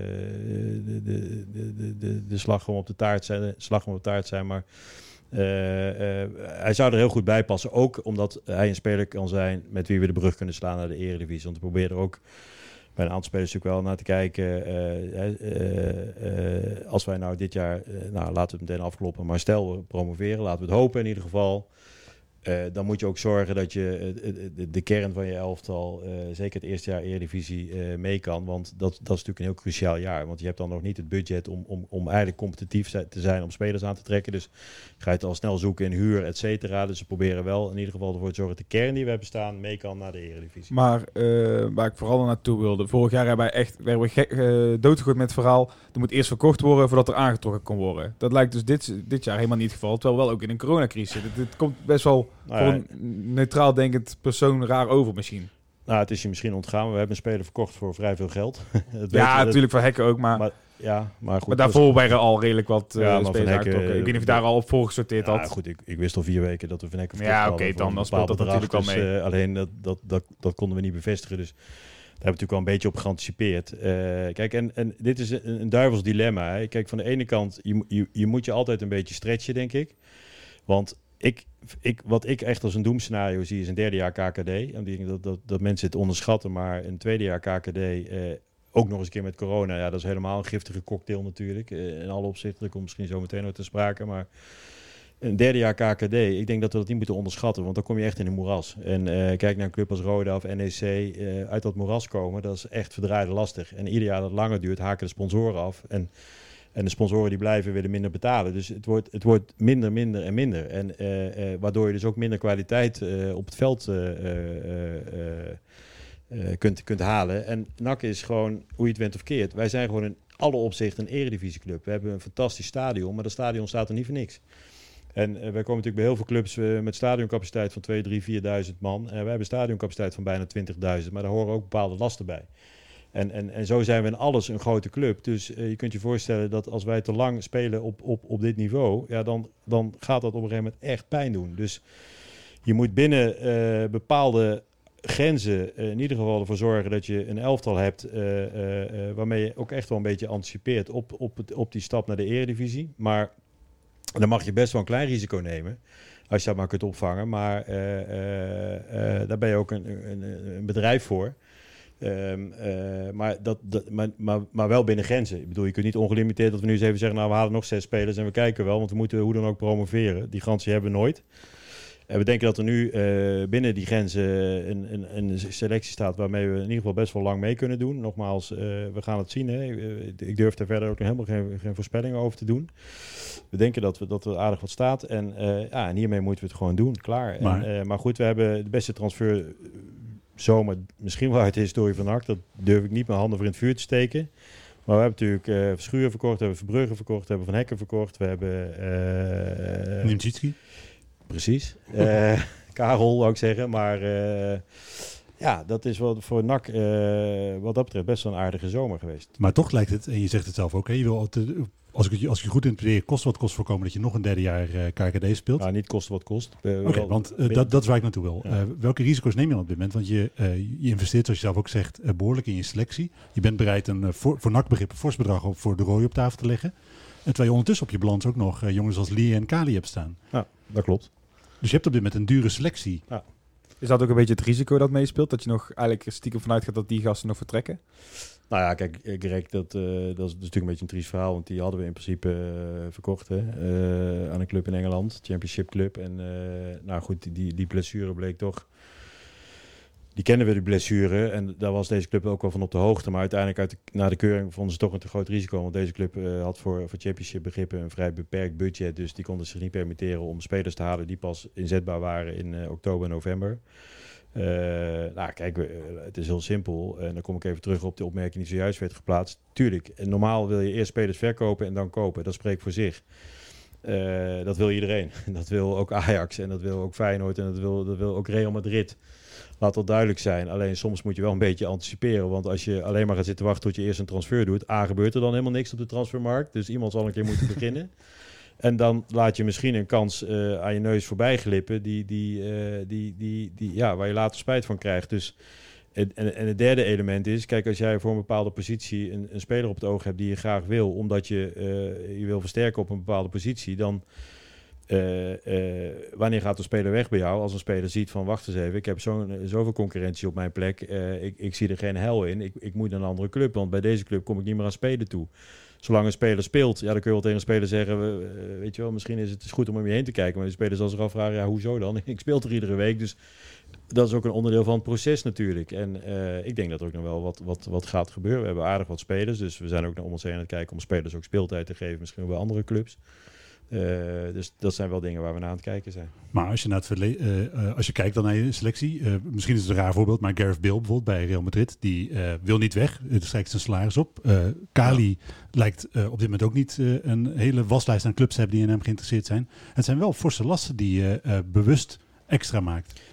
de slagroom op de taart zijn. Maar hij zou er heel goed bij passen. Ook omdat hij een speler kan zijn met wie we de brug kunnen slaan naar de eredivisie. Want we proberen er ook bij een aantal spelers natuurlijk wel naar te kijken. Als wij nou dit jaar, laten we het meteen afkloppen. Maar stel we promoveren, laten we het hopen in ieder geval. Dan moet je ook zorgen dat je de kern van je elftal, zeker het eerste jaar Eredivisie, mee kan. Want dat is natuurlijk een heel cruciaal jaar. Want je hebt dan nog niet het budget om eigenlijk competitief te zijn, om spelers aan te trekken. Dus ga je het al snel zoeken in huur, et cetera. Dus we proberen wel in ieder geval ervoor te zorgen dat de kern die we hebben staan mee kan naar de Eredivisie. Maar waar ik vooral naartoe wilde. Vorig jaar werden we doodgegooid met het verhaal. Er moet eerst verkocht worden voordat er aangetrokken kon worden. Dat lijkt dus dit jaar helemaal niet het geval. Terwijl we wel ook in een coronacrisis zitten. Dit komt best wel voor een neutraal denkend persoon raar over misschien. Nou, het is je misschien ontgaan, maar we hebben een speler verkocht voor vrij veel geld. Natuurlijk voor Hekken ook, maar goed. Maar daarvoor waren al redelijk wat maar spelers Van Hekken, aangetrokken. Ik weet niet of je daar al op voorgesorteerd had. Goed, ik wist al 4 weken dat we Van Hekken verkocht hadden. Ja, oké, dan speelt dat bedrag, natuurlijk al mee. Alleen dat konden we niet bevestigen, dus daar hebben we natuurlijk wel een beetje op geanticipeerd. Kijk, en dit is een duivels dilemma. Hè. Kijk, van de ene kant, je moet je altijd een beetje stretchen, denk ik. Want wat ik echt als een doemscenario zie, is een 3e jaar KKD. En ik denk dat mensen het onderschatten, maar een 2e jaar KKD, ook nog eens een keer met corona, ja, dat is helemaal een giftige cocktail natuurlijk. In alle opzichten, dat komt misschien zo meteen nog te sprake, maar een 3e jaar KKD, ik denk dat we dat niet moeten onderschatten, want dan kom je echt in een moeras. En kijk naar een club als Roda of NEC, uit dat moeras komen, dat is echt verdraaide lastig. En ieder jaar dat langer duurt, haken de sponsoren af. En de sponsoren die blijven willen minder betalen. Dus het wordt minder en minder. En waardoor je dus ook minder kwaliteit op het veld kunt halen. En NAC is gewoon, hoe je het went of keert, wij zijn gewoon in alle opzichten een eredivisieclub. We hebben een fantastisch stadion, maar dat stadion staat er niet voor niks. En wij komen natuurlijk bij heel veel clubs met stadioncapaciteit van 2, 3, 4.000 man. Wij hebben stadioncapaciteit van bijna 20.000, maar daar horen ook bepaalde lasten bij. En zo zijn we in alles een grote club. Dus je kunt je voorstellen dat als wij te lang spelen op dit niveau, ja, dan gaat dat op een gegeven moment echt pijn doen. Dus je moet binnen bepaalde grenzen in ieder geval ervoor zorgen dat je een elftal hebt waarmee je ook echt wel een beetje anticipeert op die stap naar de eredivisie. Maar dan mag je best wel een klein risico nemen als je dat maar kunt opvangen. Maar daar ben je ook een bedrijf voor. Maar wel binnen grenzen. Ik bedoel, je kunt niet ongelimiteerd dat we nu eens even zeggen, nou, we halen nog 6 spelers en we kijken wel, want we moeten hoe dan ook promoveren. Die garantie hebben we nooit. En we denken dat er nu binnen die grenzen een selectie staat waarmee we in ieder geval best wel lang mee kunnen doen. Nogmaals, we gaan het zien. Hè. Ik durf daar verder ook helemaal geen voorspellingen over te doen. We denken dat er aardig wat staat. En hiermee moeten we het gewoon doen. Klaar. Maar goed, we hebben de beste transfer zomer misschien wel uit de historie van NAC. Dat durf ik niet mijn handen voor in het vuur te steken. Maar we hebben natuurlijk Verschuren verkocht, we hebben Verbrugge verkocht, we hebben Van Hekken verkocht, we hebben Nimzitski. Precies. Karel, wou ik zeggen. Maar dat is wel voor NAC wat dat betreft best wel een aardige zomer geweest. Maar toch lijkt het, en je zegt het zelf ook, hè, je wil als ik je goed interpreteer, kost wat kost voorkomen dat je nog een 3e jaar KKD speelt. Nou, niet kosten wat kost. Oké, want dat is waar ik naartoe wil. Ja. Welke risico's neem je dan op dit moment? Want je investeert, zoals je zelf ook zegt, behoorlijk in je selectie. Je bent bereid voor NAC-begrip een fors bedrag voor de Roy op tafel te leggen. En terwijl je ondertussen op je balans ook nog jongens als Lee en Kali hebt staan. Ja, dat klopt. Dus je hebt op dit moment een dure selectie. Ja. Is dat ook een beetje het risico dat meespeelt? Dat je nog eigenlijk stiekem vanuit gaat dat die gasten nog vertrekken? Nou ja, kijk, Greg, dat is natuurlijk een beetje een triest verhaal. Want die hadden we in principe verkocht aan een club in Engeland. Championship Club. En nou goed, die blessure bleek toch... Die kennen we, die blessure. En daar was deze club ook wel van op de hoogte. Maar uiteindelijk na de keuring vonden ze toch een te groot risico. Want deze club had voor Championship begrippen een vrij beperkt budget. Dus die konden zich niet permitteren om spelers te halen die pas inzetbaar waren in oktober en november. Nou, kijk, het is heel simpel. En dan kom ik even terug op de opmerking die zojuist werd geplaatst. Tuurlijk, normaal wil je eerst spelers verkopen en dan kopen. Dat spreekt voor zich. Dat wil iedereen. Dat wil ook Ajax en dat wil ook Feyenoord en dat wil ook Real Madrid. Laat dat duidelijk zijn. Alleen soms moet je wel een beetje anticiperen. Want als je alleen maar gaat zitten wachten tot je eerst een transfer doet, gebeurt er dan helemaal niks op de transfermarkt. Dus iemand zal een keer moeten beginnen. En dan laat je misschien een kans aan je neus voorbij glippen waar je later spijt van krijgt. Dus, en het derde element is, kijk, als jij voor een bepaalde positie een speler op het oog hebt die je graag wil, omdat je wil versterken op een bepaalde positie, dan wanneer gaat de speler weg bij jou? Als een speler ziet van, wacht eens even, ik heb zoveel concurrentie op mijn plek, ik zie er geen hel in, ik moet naar een andere club, want bij deze club kom ik niet meer aan spelen toe. Zolang een speler speelt, dan kun je wel tegen een speler zeggen, weet je wel, misschien is het goed om je heen te kijken, maar de speler zal zich afvragen, ja, hoezo dan? Ik speel er iedere week, dus dat is ook een onderdeel van het proces natuurlijk. En ik denk dat er ook nog wel wat gaat gebeuren. We hebben aardig wat spelers, dus we zijn ook naar om ons heen aan het kijken om spelers ook speeltijd te geven, misschien ook bij andere clubs. Dus dat zijn wel dingen waar we naar aan het kijken zijn. Maar als je naar als je kijkt dan naar je selectie, misschien is het een raar voorbeeld, maar Gareth Bale bijvoorbeeld bij Real Madrid, die wil niet weg. Er strijkt zijn salaris op. Kali lijkt op dit moment ook niet een hele waslijst aan clubs te hebben die in hem geïnteresseerd zijn. Het zijn wel forse lasten die je bewust extra maakt.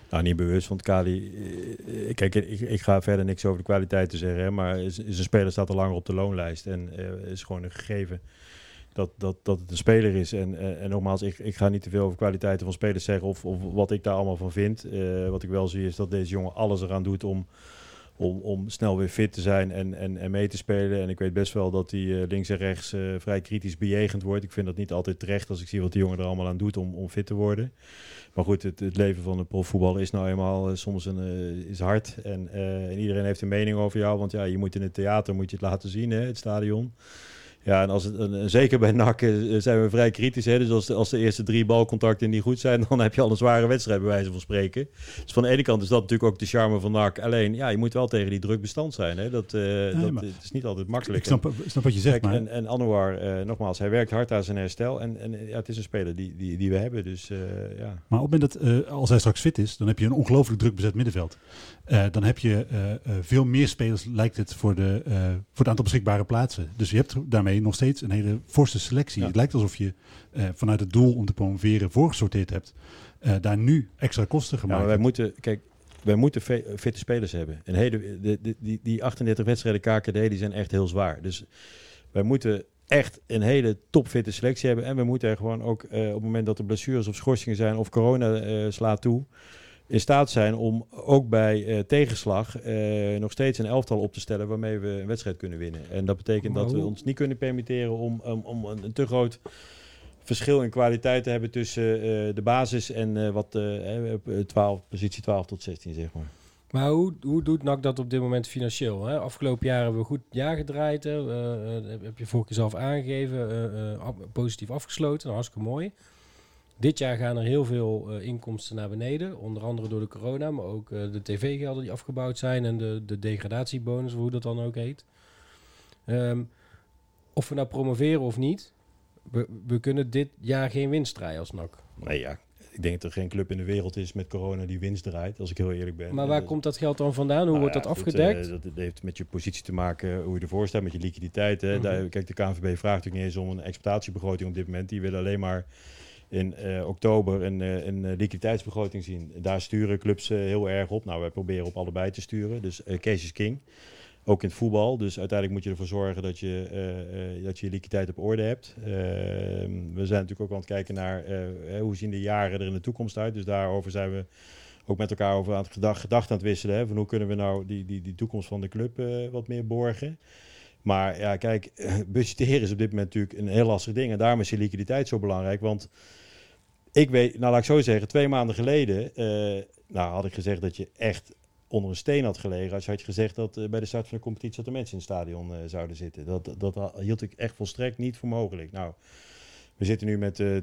Nou, niet bewust, want Kali... Kijk, ik ga verder niks over de kwaliteiten zeggen, hè, maar is een speler staat al langer op de loonlijst. En is gewoon een gegeven dat het een speler is. En nogmaals, ik ga niet te veel over kwaliteiten van spelers zeggen of wat ik daar allemaal van vind. Wat ik wel zie is dat deze jongen alles eraan doet om snel weer fit te zijn en mee te spelen. En ik weet best wel dat hij links en rechts vrij kritisch bejegend wordt. Ik vind dat niet altijd terecht als ik zie wat die jongen er allemaal aan doet om fit te worden. Maar goed, het leven van een profvoetballer is nou eenmaal soms is hard. En iedereen heeft een mening over jou. Want ja, je moet in het theater het laten zien, hè, het stadion. Ja, en zeker bij NAC zijn we vrij kritisch. Hè? Dus als de eerste 3 balcontacten niet goed zijn, dan heb je al een zware wedstrijd bij wijze van spreken. Dus van de ene kant is dat natuurlijk ook de charme van NAC. Alleen, ja, je moet wel tegen die druk bestand zijn. Hè? Dat is niet altijd makkelijk. Ik snap wat je zegt. Kijk, en Anouar, nogmaals, hij werkt hard aan zijn herstel. En ja, het is een speler die we hebben. Dus, ja. Maar op het moment dat, als hij straks fit is, dan heb je een ongelooflijk druk bezet middenveld. Dan heb je veel meer spelers, lijkt het, voor het aantal beschikbare plaatsen. Dus je hebt daarmee nog steeds een hele forse selectie. Ja. Het lijkt alsof je vanuit het doel om te promoveren voorgesorteerd hebt. Daar nu extra kosten gemaakt. Ja, maar wij moeten fitte spelers hebben. Die 38 wedstrijden KKD, die zijn echt heel zwaar. Dus wij moeten echt een hele topfitte selectie hebben. En we moeten er gewoon ook op het moment dat er blessures of schorsingen zijn of corona slaat toe, in staat zijn om ook bij tegenslag nog steeds een elftal op te stellen waarmee we een wedstrijd kunnen winnen. En dat betekent dat we ons niet kunnen permitteren om een te groot verschil in kwaliteit te hebben tussen de basis en positie 12 tot 16, zeg maar. Maar hoe doet NAC dat op dit moment financieel? Hè? Afgelopen jaren hebben we goed jaar gedraaid. Heb je vorige keer zelf aangegeven. Positief afgesloten. Hartstikke mooi. Dit jaar gaan er heel veel inkomsten naar beneden. Onder andere door de corona. Maar ook de tv-gelden die afgebouwd zijn. En de degradatiebonus, hoe dat dan ook heet. Of we nou promoveren of niet. We kunnen dit jaar geen winst draaien als NAC. Nee, ja. Ik denk dat er geen club in de wereld is met corona die winst draait, als ik heel eerlijk ben. Maar waar komt dat geld dan vandaan? Hoe wordt dat afgedekt? Dat heeft met je positie te maken, hoe je ervoor staat, met je liquiditeit. Hè. Kijk, de KNVB vraagt natuurlijk niet eens om een exploitatiebegroting op dit moment. Die willen alleen maar in oktober een liquiditeitsbegroting zien. Daar sturen clubs heel erg op. Nou, wij proberen op allebei te sturen. Dus cash is king. Ook in het voetbal. Dus uiteindelijk moet je ervoor zorgen dat je liquiditeit op orde hebt. We zijn natuurlijk ook aan het kijken naar hoe zien de jaren er in de toekomst uit. Dus daarover zijn we ook met elkaar over aan het gedacht aan het wisselen. Hè, van hoe kunnen we nou die toekomst van de club wat meer borgen. Maar ja, kijk, budgetteren is op dit moment natuurlijk een heel lastig ding. En daarom is die liquiditeit zo belangrijk. Want ik weet, nou laat ik zo zeggen, 2 maanden geleden had ik gezegd dat je echt onder een steen had gelegen als je had gezegd dat bij de start van de competitie dat er mensen in het stadion zouden zitten. Dat hield ik echt volstrekt niet voor mogelijk. Nou, we zitten nu met 20-25%,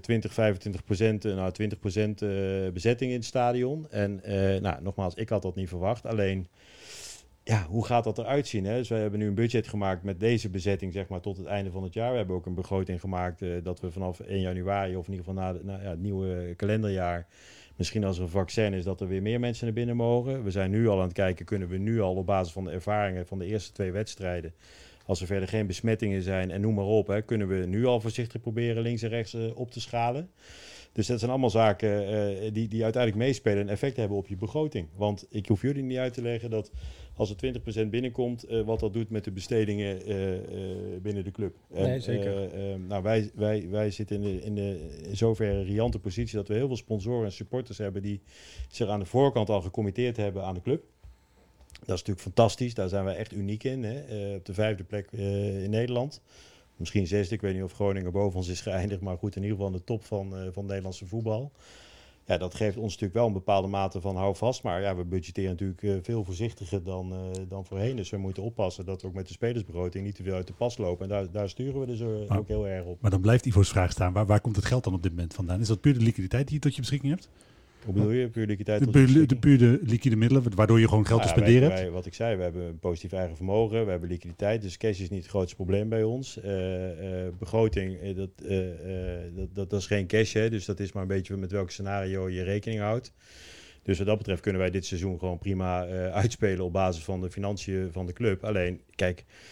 20% bezetting in het stadion. En nogmaals, ik had dat niet verwacht. Alleen, ja, hoe gaat dat eruit zien? Hè? Dus we hebben nu een budget gemaakt met deze bezetting, zeg maar, tot het einde van het jaar. We hebben ook een begroting gemaakt dat we vanaf 1 januari, of in ieder geval na het nieuwe kalenderjaar, misschien als er een vaccin is, dat er weer meer mensen naar binnen mogen. We zijn nu al aan het kijken, kunnen we nu al op basis van de ervaringen van de eerste 2 wedstrijden, als er verder geen besmettingen zijn en noem maar op, kunnen we nu al voorzichtig proberen links en rechts op te schalen. Dus dat zijn allemaal zaken die uiteindelijk meespelen en effect hebben op je begroting. Want ik hoef jullie niet uit te leggen dat als er 20% binnenkomt, wat dat doet met de bestedingen binnen de club. Nee, zeker. Wij zitten in zoverre riante positie dat we heel veel sponsoren en supporters hebben die zich aan de voorkant al gecommitteerd hebben aan de club. Dat is natuurlijk fantastisch, daar zijn wij echt uniek in. Hè? Op de 5e plek in Nederland. Misschien 6e, ik weet niet of Groningen boven ons is geëindigd, maar goed, in ieder geval aan de top van Nederlandse voetbal. Ja, dat geeft ons natuurlijk wel een bepaalde mate van houvast. Maar ja, we budgetteren natuurlijk veel voorzichtiger dan voorheen. Dus we moeten oppassen dat we ook met de spelersbegroting niet te veel uit de pas lopen. En daar sturen we dus ook heel erg op. Maar dan blijft Ivo's vraag staan. Waar komt het geld dan op dit moment vandaan? Is dat puur de liquiditeit die je tot je beschikking hebt? Hoe bedoel je? Puur liquiditeit? De liquide middelen, waardoor je gewoon geld te spenderen hebt? Wat ik zei, we hebben een positief eigen vermogen. We hebben liquiditeit, dus cash is niet het grootste probleem bij ons. Begroting, dat is geen cash, hè, dus dat is maar een beetje met welk scenario je rekening houdt. Dus wat dat betreft kunnen wij dit seizoen gewoon prima uitspelen op basis van de financiën van de club. Alleen, kijk,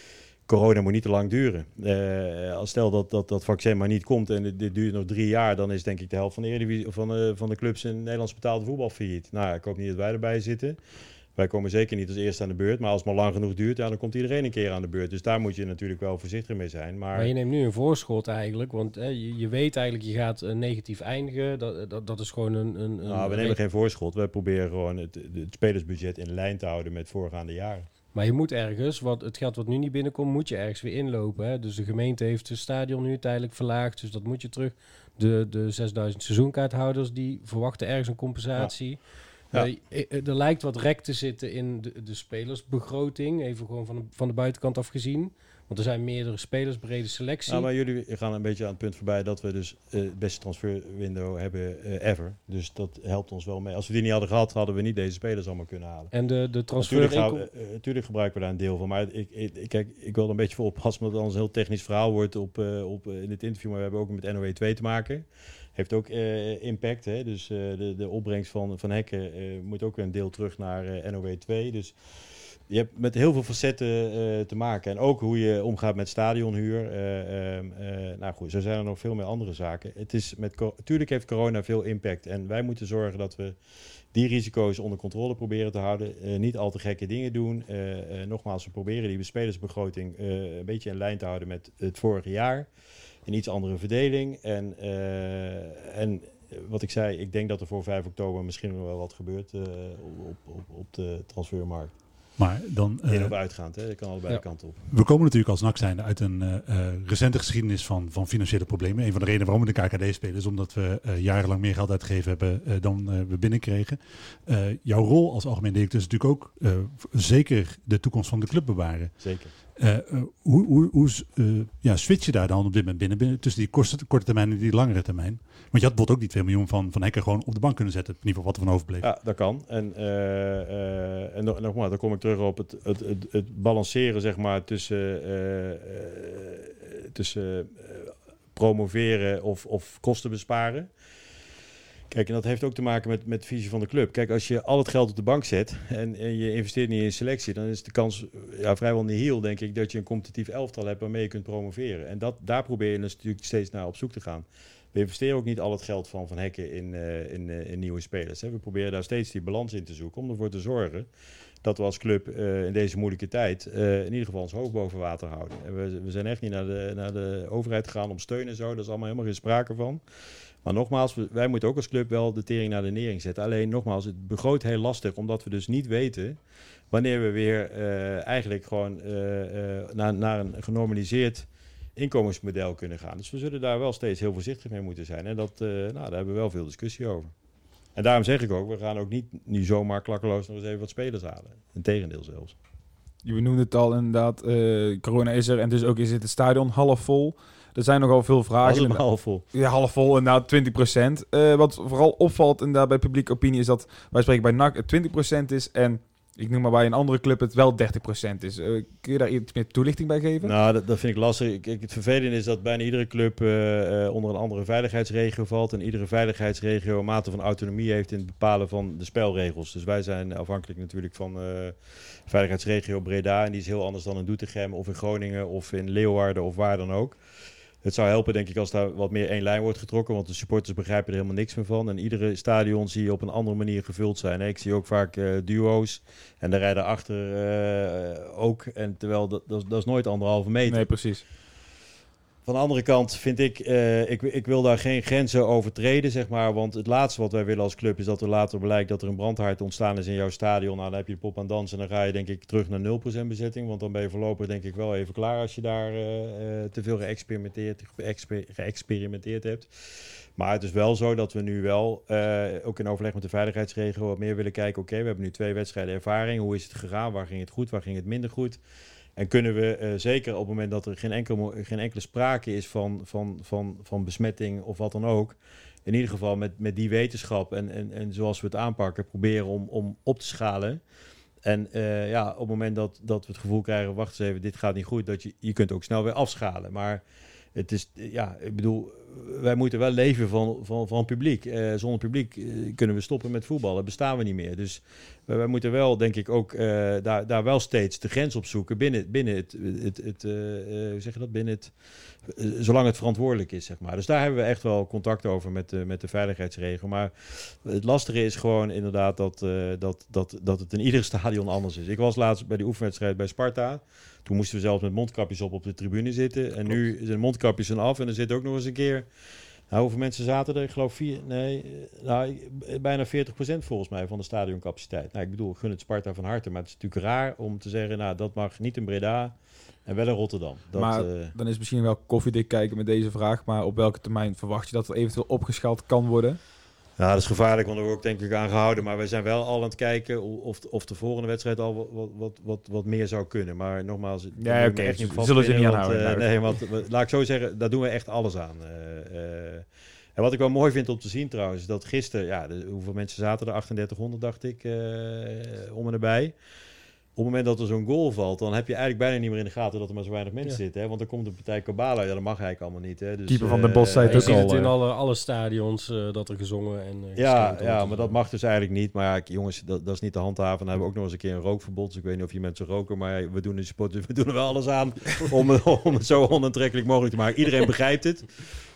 corona moet niet te lang duren. Als stel dat vaccin maar niet komt en dit duurt nog 3 jaar, dan is denk ik de helft van de Eredivisie van de clubs in Nederlands betaalde voetbal failliet. Nou, ik hoop niet dat wij erbij zitten. Wij komen zeker niet als eerste aan de beurt, maar als het maar lang genoeg duurt, dan komt iedereen een keer aan de beurt. Dus daar moet je natuurlijk wel voorzichtig mee zijn. Maar je neemt nu een voorschot eigenlijk, want je weet eigenlijk, je gaat negatief eindigen. Dat is gewoon een nou, we nemen geen voorschot. We proberen gewoon het spelersbudget in lijn te houden met voorgaande jaren. Maar je moet ergens, het geld wat nu niet binnenkomt, moet je ergens weer inlopen. Hè? Dus de gemeente heeft het stadion nu tijdelijk verlaagd, dus dat moet je terug. De 6000 seizoenkaarthouders, die verwachten ergens een compensatie. Ja. Er lijkt wat rek te zitten in de spelersbegroting, even gewoon van de buitenkant af gezien. Want er zijn meerdere spelers, brede selectie. Nou, maar jullie gaan een beetje aan het punt voorbij dat we dus het beste transferwindow hebben ever. Dus dat helpt ons wel mee. Als we die niet hadden gehad, hadden we niet deze spelers allemaal kunnen halen. En de transfer... Natuurlijk gebruiken we daar een deel van. Maar ik wil er een beetje voor oppassen, omdat het anders een heel technisch verhaal wordt in dit interview. Maar we hebben ook met NOW2 te maken. Heeft ook impact. Hè? Dus de opbrengst van Hekken moet ook weer een deel terug naar NOW2. Dus je hebt met heel veel facetten te maken. En ook hoe je omgaat met stadionhuur. Nou goed, zo zijn er nog veel meer andere zaken. Tuurlijk heeft corona veel impact. En wij moeten zorgen dat we die risico's onder controle proberen te houden. Niet al te gekke dingen doen. Nogmaals, we proberen die spelersbegroting een beetje in lijn te houden met het vorige jaar. Een iets andere verdeling. En wat ik zei, ik denk dat er voor 5 oktober misschien nog wel wat gebeurt op de transfermarkt. Maar dan, in of uitgaand, hè? Dat kan allebei de kanten op. We komen natuurlijk als NAC zijnde uit een recente geschiedenis van financiële problemen. Een van de redenen waarom we de KKD spelen is omdat we jarenlang meer geld uitgegeven hebben dan we binnenkregen. Jouw rol als algemeen directeur is natuurlijk ook zeker de toekomst van de club bewaren. Zeker. Hoe switch je daar dan op dit moment binnen tussen die korte termijn en die langere termijn? Want je had bijvoorbeeld ook die 2 miljoen van Hekken gewoon op de bank kunnen zetten. In ieder geval wat er van overbleef. Ja, dat kan. En nogmaals, dan kom ik terug op het balanceren, zeg maar, tussen promoveren of kosten besparen. Kijk, en dat heeft ook te maken met de visie van de club. Kijk, als je al het geld op de bank zet en je investeert niet in selectie, dan is de kans vrijwel nihil, denk ik, dat je een competitief elftal hebt waarmee je kunt promoveren. En daar probeer je dus natuurlijk steeds naar op zoek te gaan. We investeren ook niet al het geld van Hekken in nieuwe spelers. Hè. We proberen daar steeds die balans in te zoeken om ervoor te zorgen dat we als club in deze moeilijke tijd in ieder geval ons hoofd boven water houden. En we zijn echt niet naar de overheid gegaan om steun en zo. Dat is allemaal helemaal geen sprake van. Maar nogmaals, wij moeten ook als club wel de tering naar de nering zetten. Alleen nogmaals, het begroot heel lastig, omdat we dus niet weten wanneer we weer eigenlijk gewoon naar een genormaliseerd inkomensmodel kunnen gaan. Dus we zullen daar wel steeds heel voorzichtig mee moeten zijn. En daar hebben we wel veel discussie over. En daarom zeg ik ook, we gaan ook niet nu zomaar klakkeloos nog eens even wat spelers halen. Integendeel zelfs. Je noemde het al inderdaad, corona is er en dus ook is het stadion half vol. Er zijn nogal veel vragen. Was het half vol? Ja, half vol, inderdaad 20%. Wat vooral opvalt inderdaad bij publieke opinie is dat, wij spreken bij NAC het 20% is en ik noem maar bij een andere club het wel 30% is. Kun je daar iets meer toelichting bij geven? Nou, dat vind ik lastig. Het vervelende is dat bijna iedere club onder een andere veiligheidsregio valt. En iedere veiligheidsregio een mate van autonomie heeft in het bepalen van de spelregels. Dus wij zijn afhankelijk natuurlijk van veiligheidsregio Breda. En die is heel anders dan in Doetinchem of in Groningen of in Leeuwarden of waar dan ook. Het zou helpen, denk ik, als daar wat meer één lijn wordt getrokken. Want de supporters begrijpen er helemaal niks meer van. En iedere stadion zie je op een andere manier gevuld zijn. Ik zie ook vaak duo's. En de rijden achter ook. En terwijl dat is nooit 1,5 meter. Nee, precies. Van de andere kant vind ik wil daar geen grenzen overtreden, zeg maar. Want het laatste wat wij willen als club is dat er later blijkt dat er een brandhaard ontstaan is in jouw stadion. Nou, dan heb je de pop aan dansen en dan ga je denk ik terug naar 0% bezetting. Want dan ben je voorlopig denk ik wel even klaar als je daar te veel geëxperimenteerd hebt. Maar het is wel zo dat we nu wel, ook in overleg met de veiligheidsregio, wat meer willen kijken. Oké, we hebben nu 2 wedstrijden ervaring. Hoe is het gegaan? Waar ging het goed? Waar ging het minder goed? En kunnen we zeker op het moment dat er geen enkele sprake is van besmetting of wat dan ook, in ieder geval met die wetenschap en zoals we het aanpakken, proberen om op te schalen. En op het moment dat we het gevoel krijgen, wacht eens even, dit gaat niet goed, dat je kunt ook snel weer afschalen. Maar het is, ik bedoel, wij moeten wel leven van publiek. Zonder publiek kunnen we stoppen met voetballen. Bestaan we niet meer. Dus wij moeten wel, denk ik, ook daar wel steeds de grens op zoeken binnen het hoe zeg je dat? Binnen het, zolang het verantwoordelijk is, zeg maar. Dus daar hebben we echt wel contact over met de veiligheidsregel. Maar het lastige is gewoon inderdaad dat het in ieder stadion anders is. Ik was laatst bij die oefenwedstrijd bij Sparta. Toen moesten we zelfs met mondkapjes op de tribune zitten. En nu zijn mondkapjes er af en er zit ook nog eens een keer... Nou, hoeveel mensen zaten er? Ik geloof bijna 40% volgens mij van de stadioncapaciteit. Nou, ik bedoel, ik gun het Sparta van harte. Maar het is natuurlijk raar om te zeggen, nou, dat mag niet in Breda en wel in Rotterdam. Maar dan is misschien wel koffiedik kijken met deze vraag. Maar op welke termijn verwacht je dat er eventueel opgeschaald kan worden? Ja, dat is gevaarlijk, want er wordt ook denk ik aan gehouden. Maar wij zijn wel al aan het kijken of de volgende wedstrijd al wat meer zou kunnen. Maar nogmaals, ja, oké, zullen ze niet aanhouden. Nee, want laat ik zo zeggen, daar doen we echt alles aan. En wat ik wel mooi vind om te zien trouwens, is dat gisteren, hoeveel mensen zaten er? 3800 dacht ik, om en erbij. Op het moment dat er zo'n goal valt, dan heb je eigenlijk bijna niet meer in de gaten dat er maar zo weinig mensen zitten. Hè? Want dan komt een partij kabala, dat mag eigenlijk allemaal niet. Hè? Dus, Keeper van de Bos zei het je ook ziet al. het in alle stadions dat er gezongen en maar dat mag dus eigenlijk niet. Maar ja, jongens, dat is niet te handhaven. Dan hebben we ook nog eens een keer een rookverbod. Dus ik weet niet of je mensen roken, maar we doen in sport, we doen er wel alles aan om het zo onaantrekkelijk mogelijk te maken. Iedereen begrijpt het.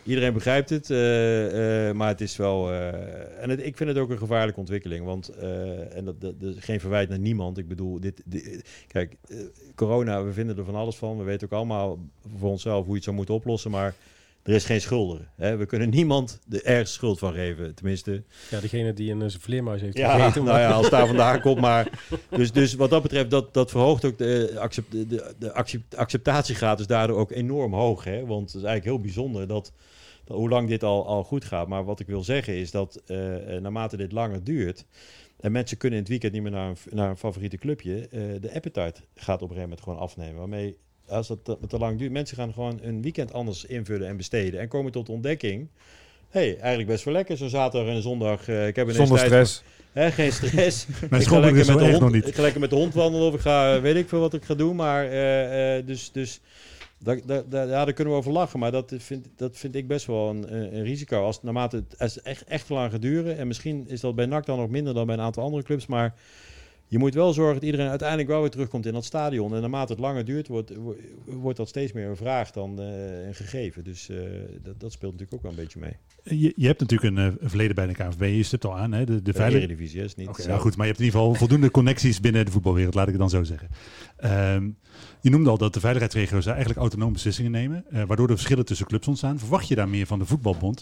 Maar het is wel... ik vind het ook een gevaarlijke ontwikkeling. Want geen verwijt naar niemand. Ik bedoel, kijk, corona, we vinden er van alles van. We weten ook allemaal voor onszelf hoe je het zou moeten oplossen. Maar er is geen schuldige. Hè? We kunnen niemand de ergste schuld van geven. Tenminste... Ja, degene die een vleermuis heeft gegeten. Nou ja, als het daar vandaan komt. Maar, dus wat dat betreft, dat verhoogt ook de acceptatiegraad is daardoor ook enorm hoog. Hè? Want het is eigenlijk heel bijzonder dat hoe lang dit al goed gaat. Maar wat ik wil zeggen is dat naarmate dit langer duurt... en mensen kunnen in het weekend niet meer naar een favoriete clubje... de appetite gaat op een gegeven moment gewoon afnemen. Waarmee, als dat te lang duurt... mensen gaan gewoon een weekend anders invullen en besteden... en komen tot ontdekking... eigenlijk best wel lekker zo'n zaterdag en een zondag. Ik heb zonder stress. Geen stress. Mijn schoonmoeder is wel echt nog niet. Ik ga lekker met de hond wandelen of ik ga, weet ik veel wat ik ga doen. Maar daar kunnen we over lachen. Maar dat vind ik best wel een risico. Als het echt lang gaat duren. En misschien is dat bij NAC dan nog minder dan bij een aantal andere clubs. Maar je moet wel zorgen dat iedereen uiteindelijk wel weer terugkomt in dat stadion. En naarmate het langer duurt, wordt dat steeds meer een vraag dan een gegeven. Dus dat speelt natuurlijk ook wel een beetje mee. Je hebt natuurlijk een verleden bij de KNVB. Je stipt al aan, hè? De Eredivisie is niet. Okay, nou goed, maar je hebt in ieder geval voldoende connecties binnen de voetbalwereld, laat ik het dan zo zeggen. Je noemde al dat de veiligheidsregio's eigenlijk autonoom beslissingen nemen, waardoor er verschillen tussen clubs ontstaan. Verwacht je daar meer van de voetbalbond?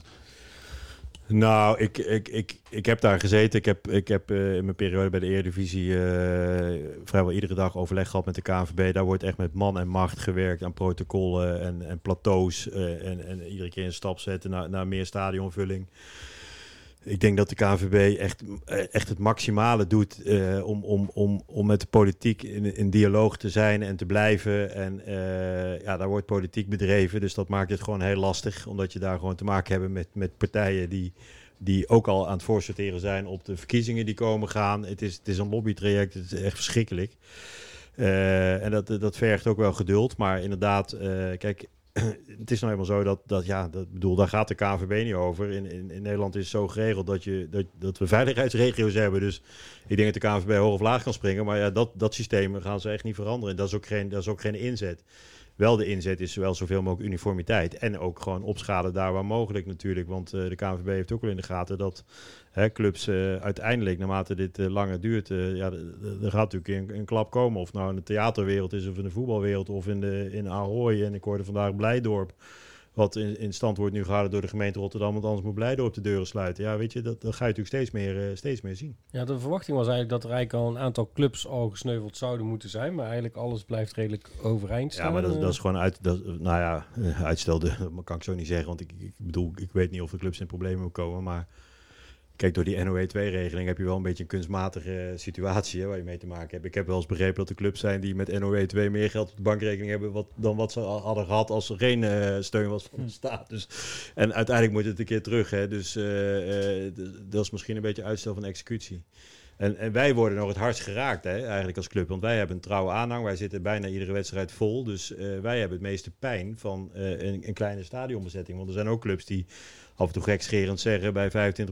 Nou, ik heb daar gezeten. Ik heb in mijn periode bij de Eredivisie vrijwel iedere dag overleg gehad met de KNVB. Daar wordt echt met man en macht gewerkt aan protocollen en plateaus. En iedere keer een stap zetten naar meer stadionvulling. Ik denk dat de KNVB echt het maximale doet om met de politiek in dialoog te zijn en te blijven. En daar wordt politiek bedreven, dus dat maakt het gewoon heel lastig. Omdat je daar gewoon te maken hebt met partijen die ook al aan het voorsorteren zijn op de verkiezingen die komen gaan. Het is een lobbytraject, het is echt verschrikkelijk. En dat vergt ook wel geduld, maar inderdaad, kijk... Het is nou eenmaal zo daar gaat de KNVB niet over. In Nederland is het zo geregeld dat we veiligheidsregio's hebben. Dus ik denk dat de KNVB hoog of laag kan springen. Maar ja, dat systeem gaan ze echt niet veranderen. En dat is ook geen inzet. Wel de inzet is wel zoveel mogelijk uniformiteit. En ook gewoon opschalen daar waar mogelijk natuurlijk. Want de KNVB heeft ook wel in de gaten dat clubs uiteindelijk, naarmate dit langer duurt... er gaat natuurlijk een klap komen. Of nou in de theaterwereld is of in de voetbalwereld of in Ahoy. En ik hoorde vandaag Blijdorp. Wat in stand wordt nu gehouden door de gemeente Rotterdam. Want anders moet Blijdorp de deuren sluiten. Ja, weet je, dat ga je natuurlijk steeds meer zien. Ja, de verwachting was eigenlijk dat er eigenlijk al een aantal clubs al gesneuveld zouden moeten zijn. Maar eigenlijk alles blijft redelijk overeind staan. Ja, maar dat is gewoon uitstel. Dat kan ik zo niet zeggen. Want ik bedoel, ik weet niet of de clubs in problemen komen. Maar kijk, door die NOE-2-regeling heb je wel een beetje een kunstmatige situatie waar je mee te maken hebt. Ik heb wel eens begrepen dat er clubs zijn die met NOE-2 meer geld op de bankrekening hebben dan wat ze hadden gehad als er geen steun was van de staat. Dus, en uiteindelijk moet het een keer terug. Hè? Dus dat is misschien een beetje uitstel van executie. En wij worden nog het hardst geraakt, hè, eigenlijk als club. Want wij hebben een trouwe aanhang. Wij zitten bijna iedere wedstrijd vol. Dus wij hebben het meeste pijn van een kleine stadionbezetting. Want er zijn ook clubs die af en toe gekscherend zeggen bij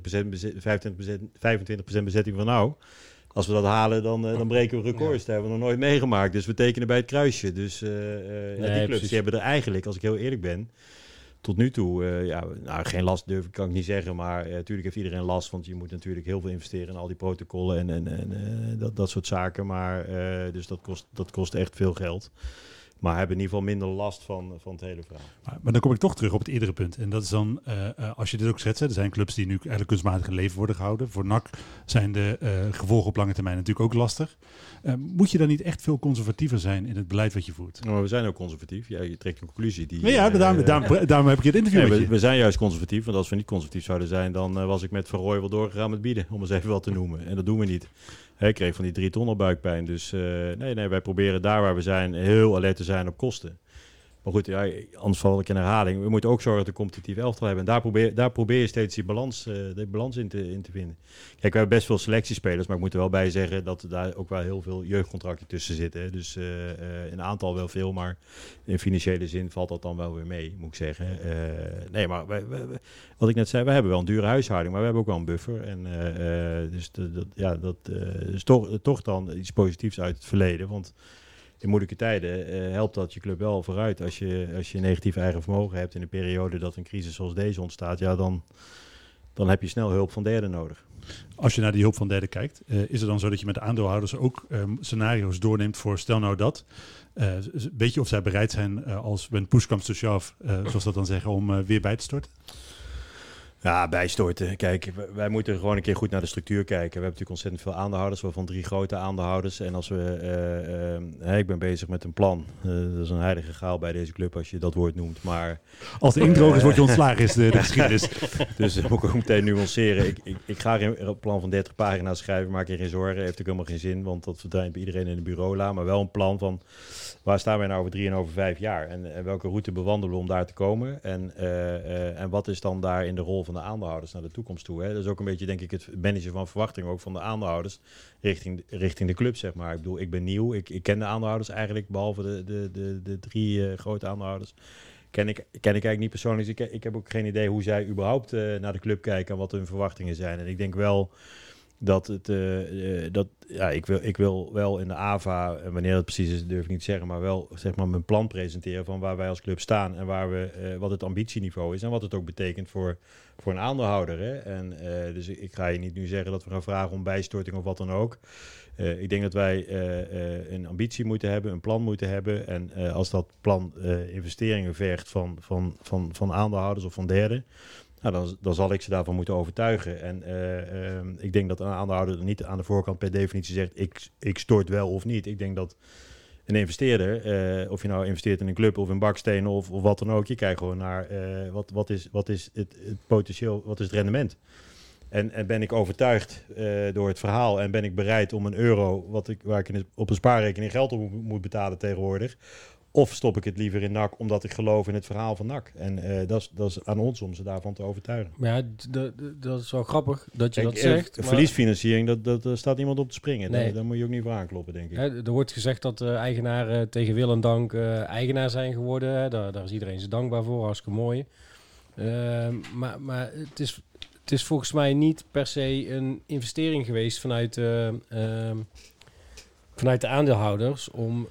25% bezetting van nou... Als we dat halen, dan breken we records. Dat hebben we nog nooit meegemaakt. Dus we tekenen bij het kruisje. Dus die clubs die hebben er eigenlijk, als ik heel eerlijk ben... Tot nu toe, geen last kan ik niet zeggen. Maar natuurlijk heeft iedereen last. Want je moet natuurlijk heel veel investeren in al die protocollen en dat soort zaken. Maar dus dat kost echt veel geld. Maar hebben in ieder geval minder last van het hele verhaal. Maar dan kom ik toch terug op het eerdere punt. En dat is dan, als je dit ook schetst, er zijn clubs die nu eigenlijk kunstmatig in leven worden gehouden. Voor NAC zijn de gevolgen op lange termijn natuurlijk ook lastig. Moet je dan niet echt veel conservatiever zijn in het beleid wat je voert? Nou, we zijn ook conservatief. Ja, je trekt een conclusie. Daarom heb ik het interview met je. We zijn juist conservatief. Want als we niet conservatief zouden zijn, dan was ik met Van Rooij wel doorgegaan met bieden. Om eens even wat te noemen. En dat doen we niet. Ik kreeg van die 3 ton al buikpijn. Dus nee, wij proberen daar waar we zijn heel alert te zijn op kosten. Maar goed, anders val ik in herhaling. We moeten ook zorgen dat we een competitief elftal hebben. En daar probeer je steeds die balans in te vinden. Kijk, we hebben best veel selectiespelers. Maar ik moet er wel bij zeggen dat daar ook wel heel veel jeugdcontracten tussen zitten. Hè. Dus in een aantal wel veel. Maar in financiële zin valt dat dan wel weer mee, moet ik zeggen. Nee, maar wat ik net zei, we hebben wel een dure huishouding. Maar we hebben ook wel een buffer. En dus dat is toch dan iets positiefs uit het verleden. Want... in moeilijke tijden helpt dat je club wel vooruit. Als je negatief eigen vermogen hebt in een periode dat een crisis zoals deze ontstaat, ja, dan heb je snel hulp van derden nodig. Als je naar die hulp van derden kijkt, is het dan zo dat je met de aandeelhouders ook scenario's doorneemt voor stel nou dat? Weet je of zij bereid zijn als when push comes to shove, zoals dat dan zeggen, om weer bij te storten? Ja, bijstorten. Kijk, wij moeten gewoon een keer goed naar de structuur kijken. We hebben natuurlijk ontzettend veel aandeelhouders, waarvan 3 grote aandeelhouders. En als ik ben bezig met een plan. Dat is een heilige graal bij deze club als je dat woord noemt. Maar als de inkt droog is, word je ontslagen, is de geschiedenis. Dus dat moet ik ook meteen nuanceren. Ik ga een plan van 30 pagina's schrijven, maak je geen zorgen. Heeft ook helemaal geen zin, want dat verdwijnt bij iedereen in de bureaula. Maar wel een plan van waar staan wij nou over 3 en over 5 jaar? En welke route bewandelen we om daar te komen? En wat is dan daar in de rol van de aandeelhouders naar de toekomst toe? Hè? Dat is ook een beetje, denk ik, het managen van verwachtingen ook van de aandeelhouders richting de club, zeg maar. Ik bedoel, ik ben nieuw. Ik ken de aandeelhouders eigenlijk, behalve de 3 grote aandeelhouders. Ken ik eigenlijk niet persoonlijk. Dus ik heb ook geen idee hoe zij überhaupt naar de club kijken en wat hun verwachtingen zijn. En ik denk wel dat ik wil wel in de AVA, en wanneer dat precies is, durf ik niet te zeggen, maar wel zeg maar mijn plan presenteren van waar wij als club staan en waar wat het ambitieniveau is en wat het ook betekent voor een aandeelhouder. Hè? En dus ik ga je niet nu zeggen dat we gaan vragen om bijstorting of wat dan ook. Ik denk dat wij een ambitie moeten hebben, een plan moeten hebben. En als dat plan investeringen vergt van aandeelhouders of van derden, nou, dan zal ik ze daarvan moeten overtuigen. En ik denk dat een aandeelhouder niet aan de voorkant per definitie zegt, ik stort wel of niet. Ik denk dat een investeerder, of je nou investeert in een club of in bakstenen of wat dan ook, je kijkt gewoon naar wat is het potentieel, wat is het rendement. En ben ik overtuigd door het verhaal en ben ik bereid om €1 waar ik op een spaarrekening geld op moet betalen tegenwoordig, of stop ik het liever in NAC omdat ik geloof in het verhaal van NAC. En dat is aan ons om ze daarvan te overtuigen. Maar ja, dat is wel grappig dat je dat zegt. Verliesfinanciering, dat staat niemand op te springen. Nee. Daar moet je ook niet voor aankloppen, denk ik. Er wordt gezegd dat eigenaren tegen wil en dank eigenaar zijn geworden. Daar is iedereen ze dankbaar voor, hartstikke mooi. Maar het is volgens mij niet per se een investering geweest vanuit de aandeelhouders om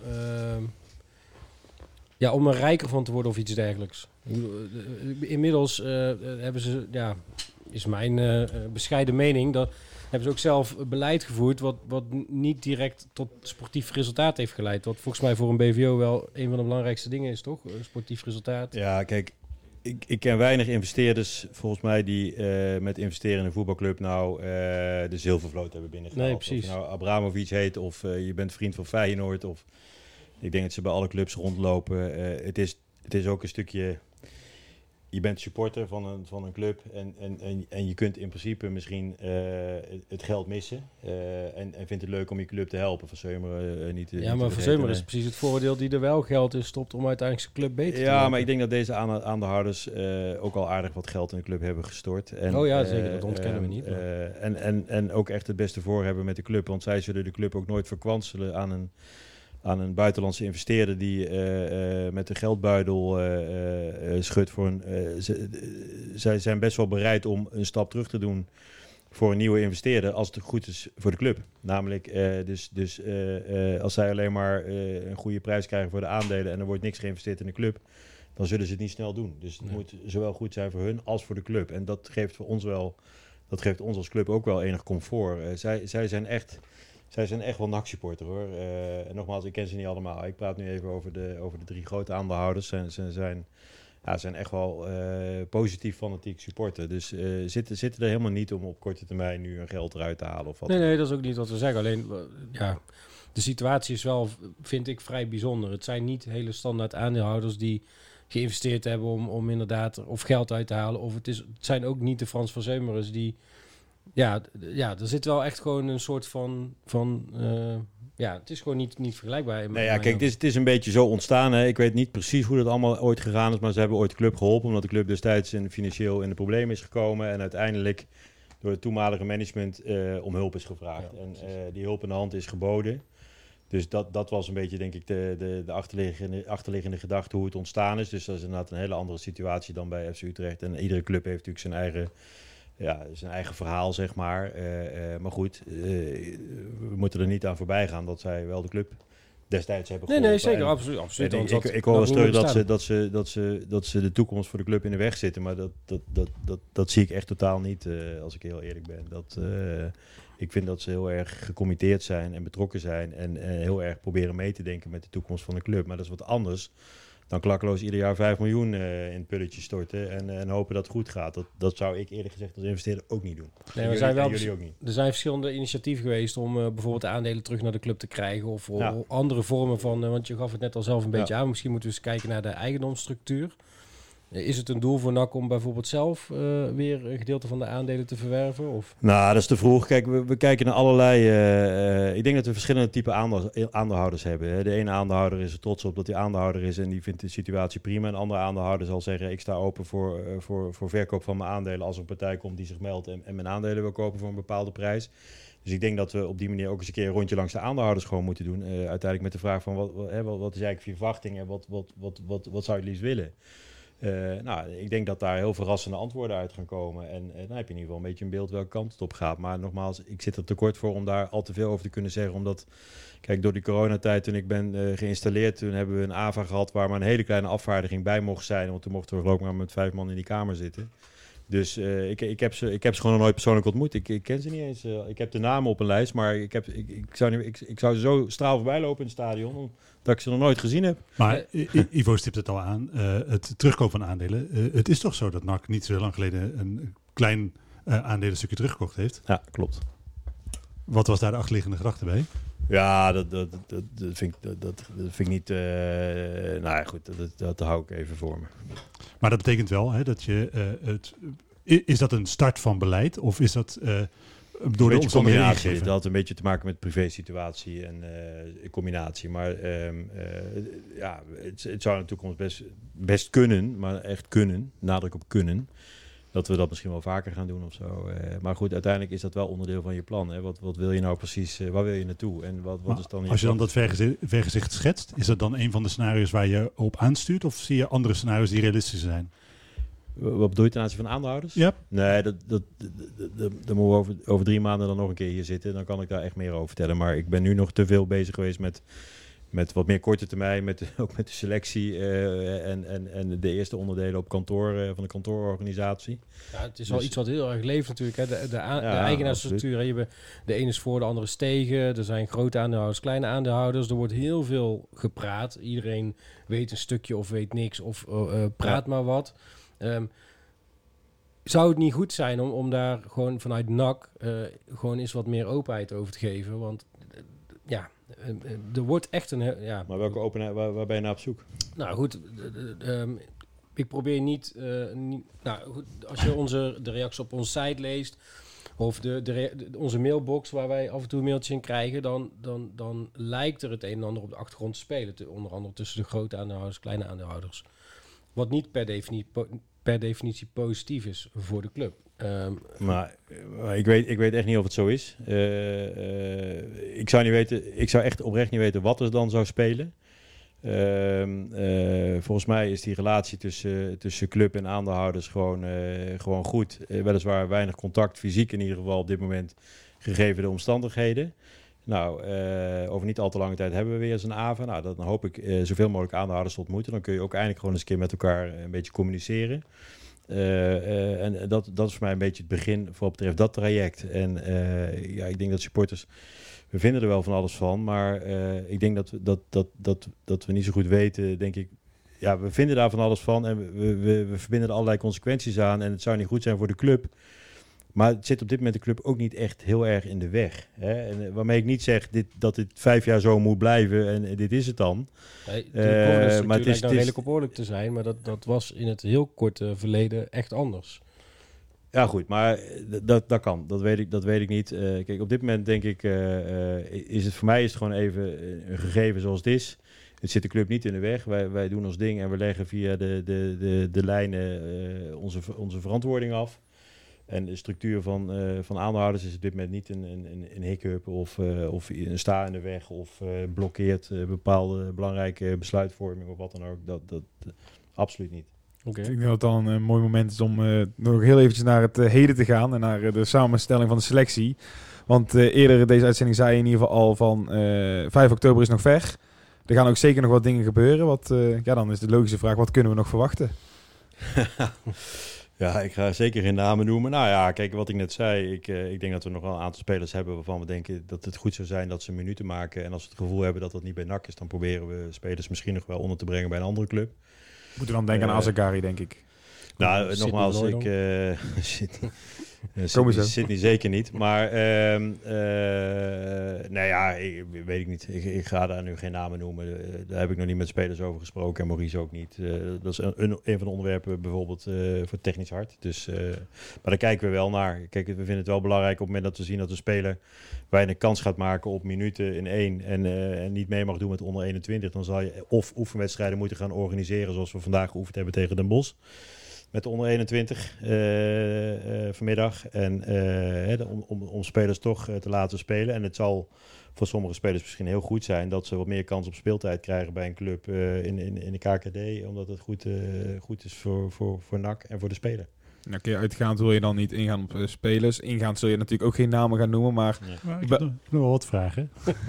er rijker van te worden of iets dergelijks. Inmiddels hebben ze, is mijn bescheiden mening, dat hebben ze ook zelf beleid gevoerd wat niet direct tot sportief resultaat heeft geleid. Wat volgens mij voor een BVO wel een van de belangrijkste dingen is, toch? Sportief resultaat. Ja, kijk, ik ken weinig investeerders, volgens mij, die met investeren in een voetbalclub de zilvervloot hebben binnengehaald. Nee, precies. Of je nou Abramovic heet of je bent vriend van Feyenoord. Of ik denk dat ze bij alle clubs rondlopen. Het is ook een stukje... je bent supporter van een club en je kunt in principe misschien het geld missen. En vindt het leuk om je club te helpen. Van Zeumeren niet te Ja, maar voor Zeumeren is precies het voordeel die er wel geld in stopt om uiteindelijk zijn club beter te maken. Ja, maar ik denk dat deze aandeelhouders ook al aardig wat geld in de club hebben gestort. En, Zeker, dat ontkennen we niet. En ook echt het beste voor hebben met de club. Want zij zullen de club ook nooit verkwanselen aan een buitenlandse investeerder die met de geldbuidel schudt voor een... zij zijn best wel bereid om een stap terug te doen voor een nieuwe investeerder als het goed is voor de club. Namelijk, als zij alleen maar een goede prijs krijgen voor de aandelen en er wordt niks geïnvesteerd in de club, dan zullen ze het niet snel doen. Dus het moet zowel goed zijn voor hun als voor de club. En dat geeft voor ons wel, dat geeft ons als club ook wel enig comfort. Zij zijn echt wel NAC-supporter, hoor. En nogmaals, ik ken ze niet allemaal. Ik praat nu even over de 3 grote aandeelhouders. Ze zijn echt wel positief fanatiek supporter. Dus zitten er helemaal niet om op korte termijn nu een geld eruit te halen of wat. Nee, dat is ook niet wat we zeggen. Alleen, de situatie is wel, vind ik, vrij bijzonder. Het zijn niet hele standaard aandeelhouders die geïnvesteerd hebben om inderdaad of geld uit te halen. Of het zijn ook niet de Frans van Zeumerens die... Ja, er zit wel echt gewoon een soort van het is gewoon niet vergelijkbaar. Kijk, het is een beetje zo ontstaan. Hè. Ik weet niet precies hoe dat allemaal ooit gegaan is, maar ze hebben ooit de club geholpen, omdat de club destijds financieel in de problemen is gekomen en uiteindelijk door het toenmalige management om hulp is gevraagd. Ja, en die hulp in de hand is geboden. Dus dat was een beetje, denk ik, de achterliggende gedachte hoe het ontstaan is. Dus dat is inderdaad een hele andere situatie dan bij FC Utrecht. En iedere club heeft natuurlijk zijn eigen verhaal, zeg maar. Maar goed, we moeten er niet aan voorbij gaan dat zij wel de club destijds hebben geholpen. Nee, zeker, absoluut. Ik hoor wel eens terug dat ze de toekomst voor de club in de weg zitten. Maar dat zie ik echt totaal niet, als ik heel eerlijk ben. Ik vind dat ze heel erg gecommitteerd zijn en betrokken zijn. En heel erg proberen mee te denken met de toekomst van de club. Maar dat is wat anders dan klakkeloos ieder jaar 5 miljoen in het pulletje storten en hopen dat het goed gaat. Dat zou ik eerlijk gezegd als investeerder ook niet doen. Nee, jullie ook niet. Er zijn verschillende initiatieven geweest om bijvoorbeeld de aandelen terug naar de club te krijgen of andere vormen van, want je gaf het net al zelf een beetje aan, misschien moeten we eens kijken naar de eigendomsstructuur. Is het een doel voor NAC om bijvoorbeeld zelf weer een gedeelte van de aandelen te verwerven? Of? Nou, dat is te vroeg. Kijk, we kijken naar allerlei... ik denk dat we verschillende type aandeelhouders hebben. Hè. De ene aandeelhouder is er trots op dat hij aandeelhouder is en die vindt de situatie prima. Een andere aandeelhouder zal zeggen, ik sta open voor verkoop van mijn aandelen als er een partij komt die zich meldt en mijn aandelen wil kopen voor een bepaalde prijs. Dus ik denk dat we op die manier ook eens een keer een rondje langs de aandeelhouders gewoon moeten doen. Uiteindelijk met de vraag van wat is eigenlijk je verwachting en wat zou je liefst willen? Ik denk dat daar heel verrassende antwoorden uit gaan komen. En dan heb je in ieder geval een beetje een beeld welke kant het op gaat. Maar nogmaals, ik zit er tekort voor om daar al te veel over te kunnen zeggen. Omdat, kijk, door die coronatijd toen ik ben geïnstalleerd, toen hebben we een AVA gehad waar maar een hele kleine afvaardiging bij mocht zijn. Want toen mochten we geloof ik maar met 5 man in die kamer zitten. Dus ik heb ze gewoon nog nooit persoonlijk ontmoet. Ik ken ze niet eens. Ik heb de namen op een lijst, maar ik zou zo straal voorbij lopen in het stadion, dat ik ze nog nooit gezien heb. Maar Ivo stipt het al aan, het terugkopen van aandelen. Het is toch zo dat NAC niet zo lang geleden een klein aandelenstukje teruggekocht heeft? Ja, klopt. Wat was daar de achterliggende gedachte bij? Ja, dat vind ik niet... goed, dat hou ik even voor me. Maar dat betekent wel dat je... is dat een start van beleid? Of is dat door de omstandigheden? Dat had een beetje te maken met privé-situatie en combinatie. Maar het zou in de toekomst best kunnen, maar echt kunnen, nadruk op kunnen, dat we dat misschien wel vaker gaan doen of zo. Maar goed, uiteindelijk is dat wel onderdeel van je plan. Hè? Wat wil je nou precies, waar wil je naartoe? En wat is dan als je dan dat vergezicht schetst, is dat dan een van de scenario's waar je op aanstuurt? Of zie je andere scenario's die realistisch zijn? Wat bedoel je ten aanzien van aandeelhouders? Ja. Nee, dan moeten we over 3 maanden dan nog een keer hier zitten. Dan kan ik daar echt meer over vertellen. Maar ik ben nu nog te veel bezig geweest met wat meer korte termijn, ook met de selectie en de eerste onderdelen op kantoor van de kantoororganisatie. Ja, het is wel iets wat heel erg leeft natuurlijk. Hè? De eigenaarsstructuur. De ene is voor, de andere is tegen. Er zijn grote aandeelhouders, kleine aandeelhouders. Er wordt heel veel gepraat. Iedereen weet een stukje of weet niks of praat maar wat. Zou het niet goed zijn om daar gewoon vanuit NAC gewoon eens wat meer openheid over te geven? Want er wordt echt een... Maar welke openheid, waar ben je naar op zoek? Nou goed, ik probeer niet... goed, als je de reacties op onze site leest... of onze mailbox waar wij af en toe een mailtje in krijgen... dan lijkt er het een en ander op de achtergrond te spelen. Onder andere tussen de grote aandeelhouders, kleine aandeelhouders. Wat niet per definitie positief is voor de club. Maar ik weet echt niet of het zo is. Ik zou echt oprecht niet weten wat er dan zou spelen. Volgens mij is die relatie tussen club en aandeelhouders gewoon goed. Weliswaar weinig contact, fysiek in ieder geval op dit moment, gegeven de omstandigheden. Nou, over niet al te lange tijd hebben we weer eens een AVA. Nou, dan hoop ik zoveel mogelijk aandeelhouders te ontmoeten. Dan kun je ook eindelijk gewoon eens een keer met elkaar een beetje communiceren. En dat is voor mij een beetje het begin voor wat betreft dat traject. En ik denk dat supporters... We vinden er wel van alles van, maar ik denk dat we niet zo goed weten, denk ik. Ja, we vinden daar van alles van en we verbinden er allerlei consequenties aan. En het zou niet goed zijn voor de club. Maar het zit op dit moment de club ook niet echt heel erg in de weg. Hè? En waarmee ik niet zeg dat dit 5 jaar zo moet blijven en dit is het dan. Nee, maar het is redelijk op orde te zijn, maar dat was in het heel korte verleden echt anders. Ja goed, maar dat kan. Dat weet ik niet. Kijk, op dit moment denk ik, is het voor mij gewoon even een gegeven zoals het is. Het zit de club niet in de weg. Wij doen ons ding en we leggen via de lijnen onze verantwoording af. En de structuur van aandeelhouders is op dit moment niet een hiccup of een sta in de weg of blokkeert bepaalde belangrijke besluitvorming of wat dan ook. Dat absoluut niet. Okay. Ik denk dat het dan een mooi moment is om nog heel eventjes naar het heden te gaan en naar de samenstelling van de selectie. Want eerder in deze uitzending zei je in ieder geval al van 5 oktober is nog ver. Er gaan ook zeker nog wat dingen gebeuren. Dan is de logische vraag, wat kunnen we nog verwachten? Ja, ik ga zeker geen namen noemen. Nou ja, kijk, wat ik net zei. Ik denk dat we nog wel een aantal spelers hebben waarvan we denken dat het goed zou zijn dat ze minuten maken. En als we het gevoel hebben dat dat niet bij NAC is, dan proberen we spelers misschien nog wel onder te brengen bij een andere club. Moeten we dan denken aan Azagari, denk ik. Nou, nogmaals, Sydney zeker niet. Maar, weet ik niet. Ik ga daar nu geen namen noemen. Daar heb ik nog niet met spelers over gesproken. En Maurice ook niet. Dat is een van de onderwerpen bijvoorbeeld voor technisch hart. Dus, maar daar kijken we wel naar. Kijk, we vinden het wel belangrijk op het moment dat we zien dat een speler weinig kans gaat maken op minuten in 1 en niet mee mag doen met onder 21. Dan zal je of oefenwedstrijden moeten gaan organiseren zoals we vandaag geoefend hebben tegen Den Bosch. Met de onder 21 vanmiddag. En om spelers toch te laten spelen. En het zal voor sommige spelers misschien heel goed zijn dat ze wat meer kans op speeltijd krijgen bij een club in de KKD. Omdat het goed is voor NAC en voor de speler. Oké, uitgaand wil je dan niet ingaan op spelers. Ingaand zul je natuurlijk ook geen namen gaan noemen, maar... Ja. Maar ik heb nog wel wat vragen.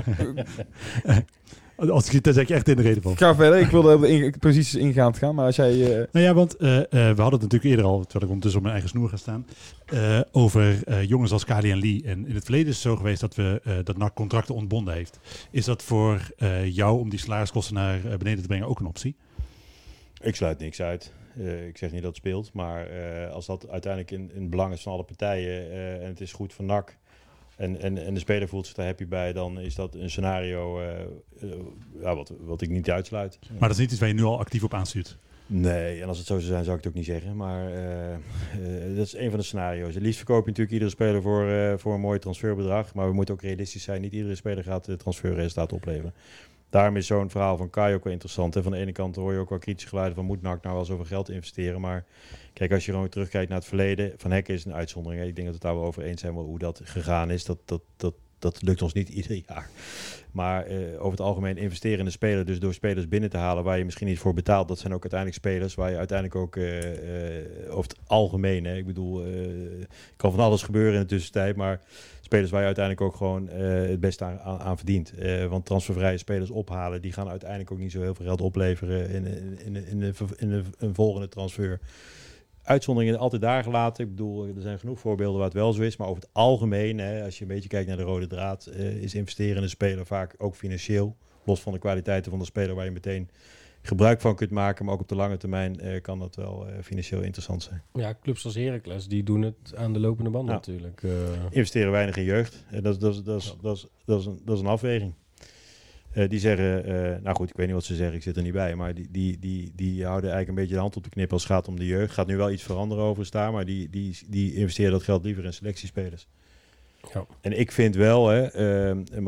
Als ik zeg je echt in de reden van. Ik ga verder. Ik wilde op de posities ingaand gaan, maar als jij... Nou ja, want we hadden het natuurlijk eerder al, terwijl ik ondertussen op mijn eigen snoer ga staan, over jongens als Kali en Lee. En in het verleden is het zo geweest dat NAC contracten ontbonden heeft. Is dat voor jou om die salariskosten naar beneden te brengen ook een optie? Ik sluit niks uit. Ik zeg niet dat het speelt, maar als dat uiteindelijk in het belang is van alle partijen en het is goed voor NAC en de speler voelt zich daar happy bij, dan is dat een scenario wat ik niet uitsluit. Maar dat is niet iets waar je nu al actief op aanstuurt? Nee, en als het zo zou zijn, zou ik het ook niet zeggen. Maar dat is een van de scenario's. Het liefst verkoop je natuurlijk iedere speler voor een mooi transferbedrag. Maar we moeten ook realistisch zijn. Niet iedere speler gaat het transferresultaat opleveren. Daarom is zo'n verhaal van Kai ook wel interessant. Hè? Van de ene kant hoor je ook wel kritische geluiden van moet NAC nou wel zoveel geld investeren. Maar kijk, als je gewoon terugkijkt naar het verleden. Van Hekken is een uitzondering. Hè? Ik denk dat we het daar wel over eens zijn hoe dat gegaan is. Dat lukt ons niet ieder jaar. Maar over het algemeen investeren in de speler, dus door spelers binnen te halen waar je misschien niet voor betaalt, dat zijn ook uiteindelijk spelers waar je uiteindelijk ook over het algemeen, hè, ik bedoel, kan van alles gebeuren in de tussentijd, maar spelers waar je uiteindelijk ook gewoon het beste aan verdient. Want transfervrije spelers ophalen, die gaan uiteindelijk ook niet zo heel veel geld opleveren in een volgende transfer. Uitzonderingen altijd daar gelaten. Ik bedoel, er zijn genoeg voorbeelden waar het wel zo is. Maar over het algemeen, als je een beetje kijkt naar de rode draad, is investeren in een speler vaak ook financieel. Los van de kwaliteiten van de speler waar je meteen gebruik van kunt maken. Maar ook op de lange termijn kan dat wel financieel interessant zijn. Ja, clubs als Heracles, die doen het aan de lopende band natuurlijk. Investeren weinig in jeugd. Dat is een afweging. Die zeggen, nou goed, ik weet niet wat ze zeggen, ik zit er niet bij. Maar die houden eigenlijk een beetje de hand op de knip als het gaat om de jeugd. Gaat nu wel iets veranderen over Staar, maar die investeren dat geld liever in selectiespelers. Ja. En ik vind wel, maar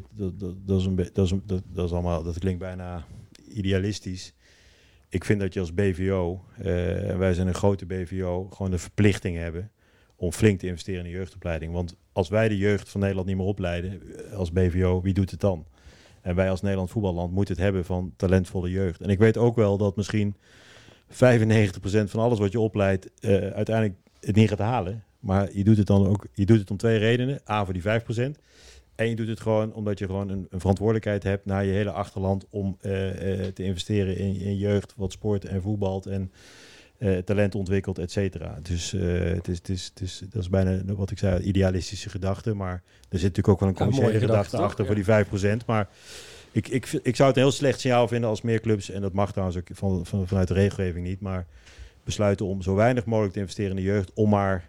dat klinkt bijna idealistisch. Ik vind dat je als BVO, en wij zijn een grote BVO, gewoon de verplichting hebben om flink te investeren in de jeugdopleiding. Want als wij de jeugd van Nederland niet meer opleiden als BVO, wie doet het dan? En wij als Nederland voetballand moeten het hebben van talentvolle jeugd. En ik weet ook wel dat misschien 95% van alles wat je opleidt uiteindelijk het niet gaat halen. Maar je doet het dan ook, je doet het om 2 redenen. A, voor die 5%. En je doet het gewoon omdat je gewoon een verantwoordelijkheid hebt naar je hele achterland om te investeren in jeugd, wat sport en voetbalt en talent ontwikkelt, et cetera. Dus dat is bijna wat ik zei, idealistische gedachte. Maar er zit natuurlijk ook wel een commerciële gedachte achter voor die 5%. Maar ik zou het een heel slecht signaal vinden als meer clubs, en dat mag trouwens ook vanuit de regelgeving niet, maar besluiten om zo weinig mogelijk te investeren in de jeugd, om maar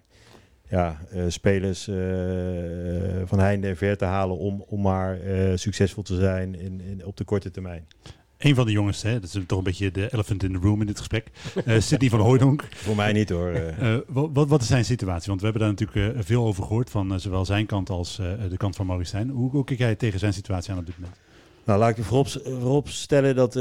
spelers van heinde en ver te halen om maar succesvol te zijn op de korte termijn. Een van de jongens, dat is toch een beetje de elephant in the room in dit gesprek. Sidney van Hooijdonk. Voor mij niet hoor. Wat is zijn situatie? Want we hebben daar natuurlijk veel over gehoord van zowel zijn kant als de kant van Maurice Stijn. Hoe kijk jij tegen zijn situatie aan op dit moment? Nou, laat ik voorop stellen dat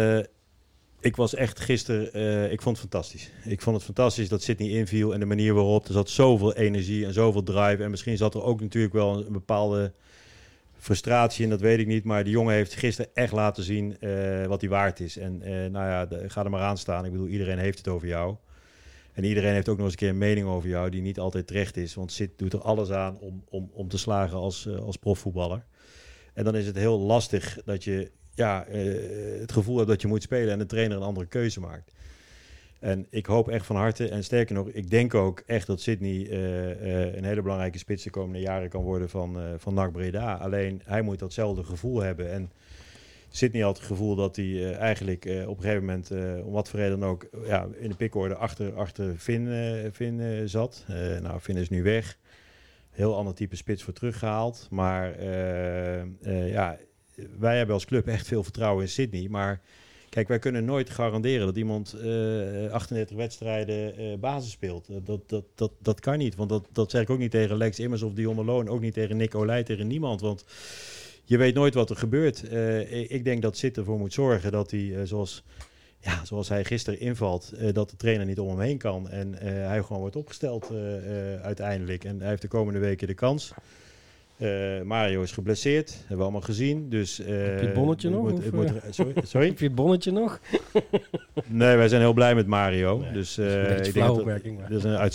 ik was echt gisteren, ik vond het fantastisch. Ik vond het fantastisch dat Sidney inviel en de manier waarop. Er zat zoveel energie en zoveel drive. En misschien zat er ook natuurlijk wel een bepaalde frustratie in, dat weet ik niet. Maar die jongen heeft gisteren echt laten zien wat hij waard is. En ga er maar aan staan. Ik bedoel, iedereen heeft het over jou. En iedereen heeft ook nog eens een keer een mening over jou die niet altijd terecht is. Want Sid doet er alles aan om te slagen als profvoetballer. En dan is het heel lastig dat je het gevoel hebt dat je moet spelen en de trainer een andere keuze maakt. En ik hoop echt van harte, en sterker nog, ik denk ook echt dat Sidney een hele belangrijke spits de komende jaren kan worden van NAC Breda. Alleen hij moet datzelfde gevoel hebben. En Sidney had het gevoel dat hij eigenlijk op een gegeven moment, om wat voor reden dan ook, in de pikorde achter Finn zat. Finn is nu weg. Heel ander type spits voor teruggehaald. Maar wij hebben als club echt veel vertrouwen in Sidney. Maar kijk, wij kunnen nooit garanderen dat iemand 38 wedstrijden basis speelt. Dat kan niet. Want dat zeg ik ook niet tegen Lex Immers of Dion Malone. Ook niet tegen Nick Olij, tegen niemand. Want je weet nooit wat er gebeurt. Ik denk dat Sid ervoor moet zorgen dat hij, zoals hij gisteren invalt, dat de trainer niet om hem heen kan. En hij gewoon wordt opgesteld uiteindelijk. En hij heeft de komende weken de kans. Mario is geblesseerd, hebben we allemaal gezien. Dus, heb je het bonnetje nog? Sorry? Heb je het bonnetje nog? Nee, wij zijn heel blij met Mario. Nee, dus ik denk dat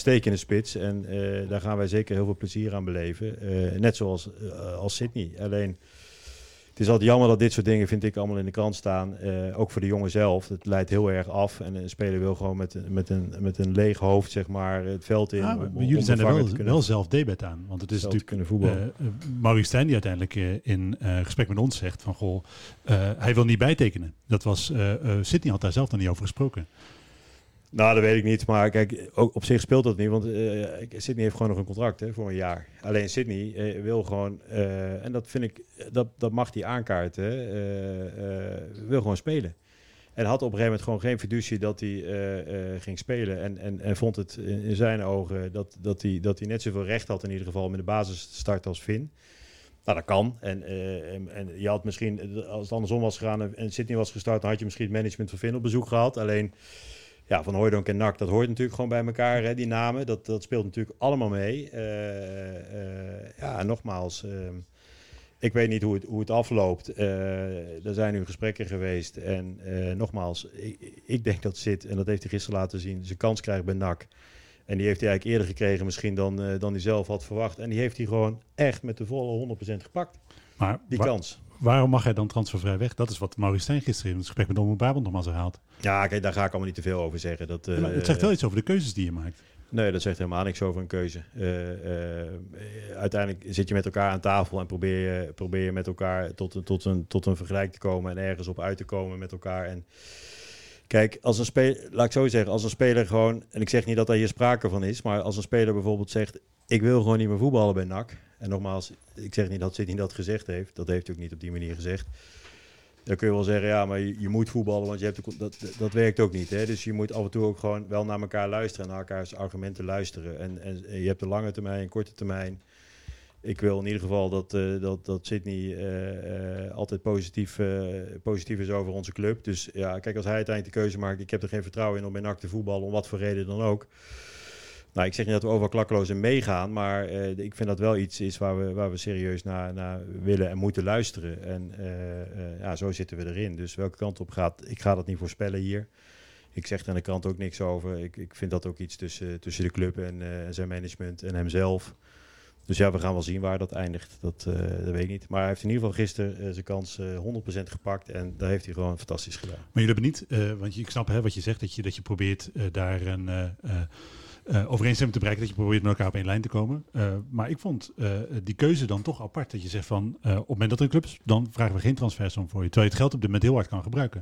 Jullie zijn er wel zelf debet aan. Want het is natuurlijk Maurice Stijn die uiteindelijk in gesprek met ons zegt van, goh, hij wil niet bijtekenen. Dat was, Sidney had daar zelf dan niet over gesproken. Nou, dat weet ik niet. Maar kijk, ook op zich speelt dat niet. Want Sidney heeft gewoon nog een contract voor een jaar. Alleen Sidney wil gewoon, en dat vind ik, dat mag hij aankaarten, wil gewoon spelen. En had op een gegeven moment gewoon geen fiducie dat hij ging spelen. En vond het in zijn ogen dat hij net zoveel recht had in ieder geval met de basis start als Finn. Nou, dat kan. En je had misschien, als het andersom was gegaan en Sidney was gestart, dan had je misschien het management van Finn op bezoek gehad. Alleen, Van Hooijdonk en NAC, dat hoort natuurlijk gewoon bij elkaar, hè, die namen. Dat speelt natuurlijk allemaal mee. Nogmaals, ik weet niet hoe het afloopt. Er zijn nu gesprekken geweest. En nogmaals, ik denk dat Sid, en dat heeft hij gisteren laten zien, zijn kans krijgt bij NAC. En die heeft hij eigenlijk eerder gekregen misschien dan hij zelf had verwacht. En die heeft hij gewoon echt met de volle 100% gepakt. Maar die kans. Waarom mag hij dan transfervrij weg? Dat is wat Maurice Stijn gisteren in het gesprek met Omroep Brabant nogmaals herhaalt. Ja, kijk, daar ga ik allemaal niet te veel over zeggen. Het zegt wel iets over de keuzes die je maakt. Nee, dat zegt helemaal niks over een keuze. Uiteindelijk zit je met elkaar aan tafel en probeer je met elkaar tot een vergelijk te komen en ergens op uit te komen met elkaar. En kijk, als een speler, laat ik zo zeggen, als een speler gewoon, en ik zeg niet dat daar hier sprake van is, maar als een speler bijvoorbeeld zegt, ik wil gewoon niet meer voetballen bij NAC. En nogmaals, ik zeg niet dat Sidney dat gezegd heeft. Dat heeft hij ook niet op die manier gezegd. Dan kun je wel zeggen, ja, maar je moet voetballen, want je hebt dat werkt ook niet. Hè? Dus je moet af en toe ook gewoon wel naar elkaar luisteren en naar elkaars argumenten luisteren. En je hebt de lange termijn en korte termijn. Ik wil in ieder geval dat Sydney altijd positief is over onze club. Dus ja, kijk, als hij uiteindelijk de keuze maakt, ik heb er geen vertrouwen in om bij NAC te voetballen, om wat voor reden dan ook. Nou, ik zeg niet dat we overal klakkeloos in meegaan, maar ik vind dat wel iets is waar we serieus naar willen en moeten luisteren. En zo zitten we erin. Dus welke kant op gaat, ik ga dat niet voorspellen hier. Ik zeg er aan de krant ook niks over. Ik vind dat ook iets tussen de club en zijn management en hemzelf. Dus ja, we gaan wel zien waar dat eindigt. Dat weet ik niet. Maar hij heeft in ieder geval gisteren zijn kans 100% gepakt. En daar heeft hij gewoon fantastisch gedaan. Maar jullie hebben niet, want ik snap wat je zegt, dat je probeert daar een overeenstemming te bereiken, dat je probeert met elkaar op één lijn te komen. Maar ik vond die keuze dan toch apart. Dat je zegt van, op het moment dat er een club is, dan vragen we geen transfersom voor je. Terwijl je het geld op dit moment heel hard kan gebruiken.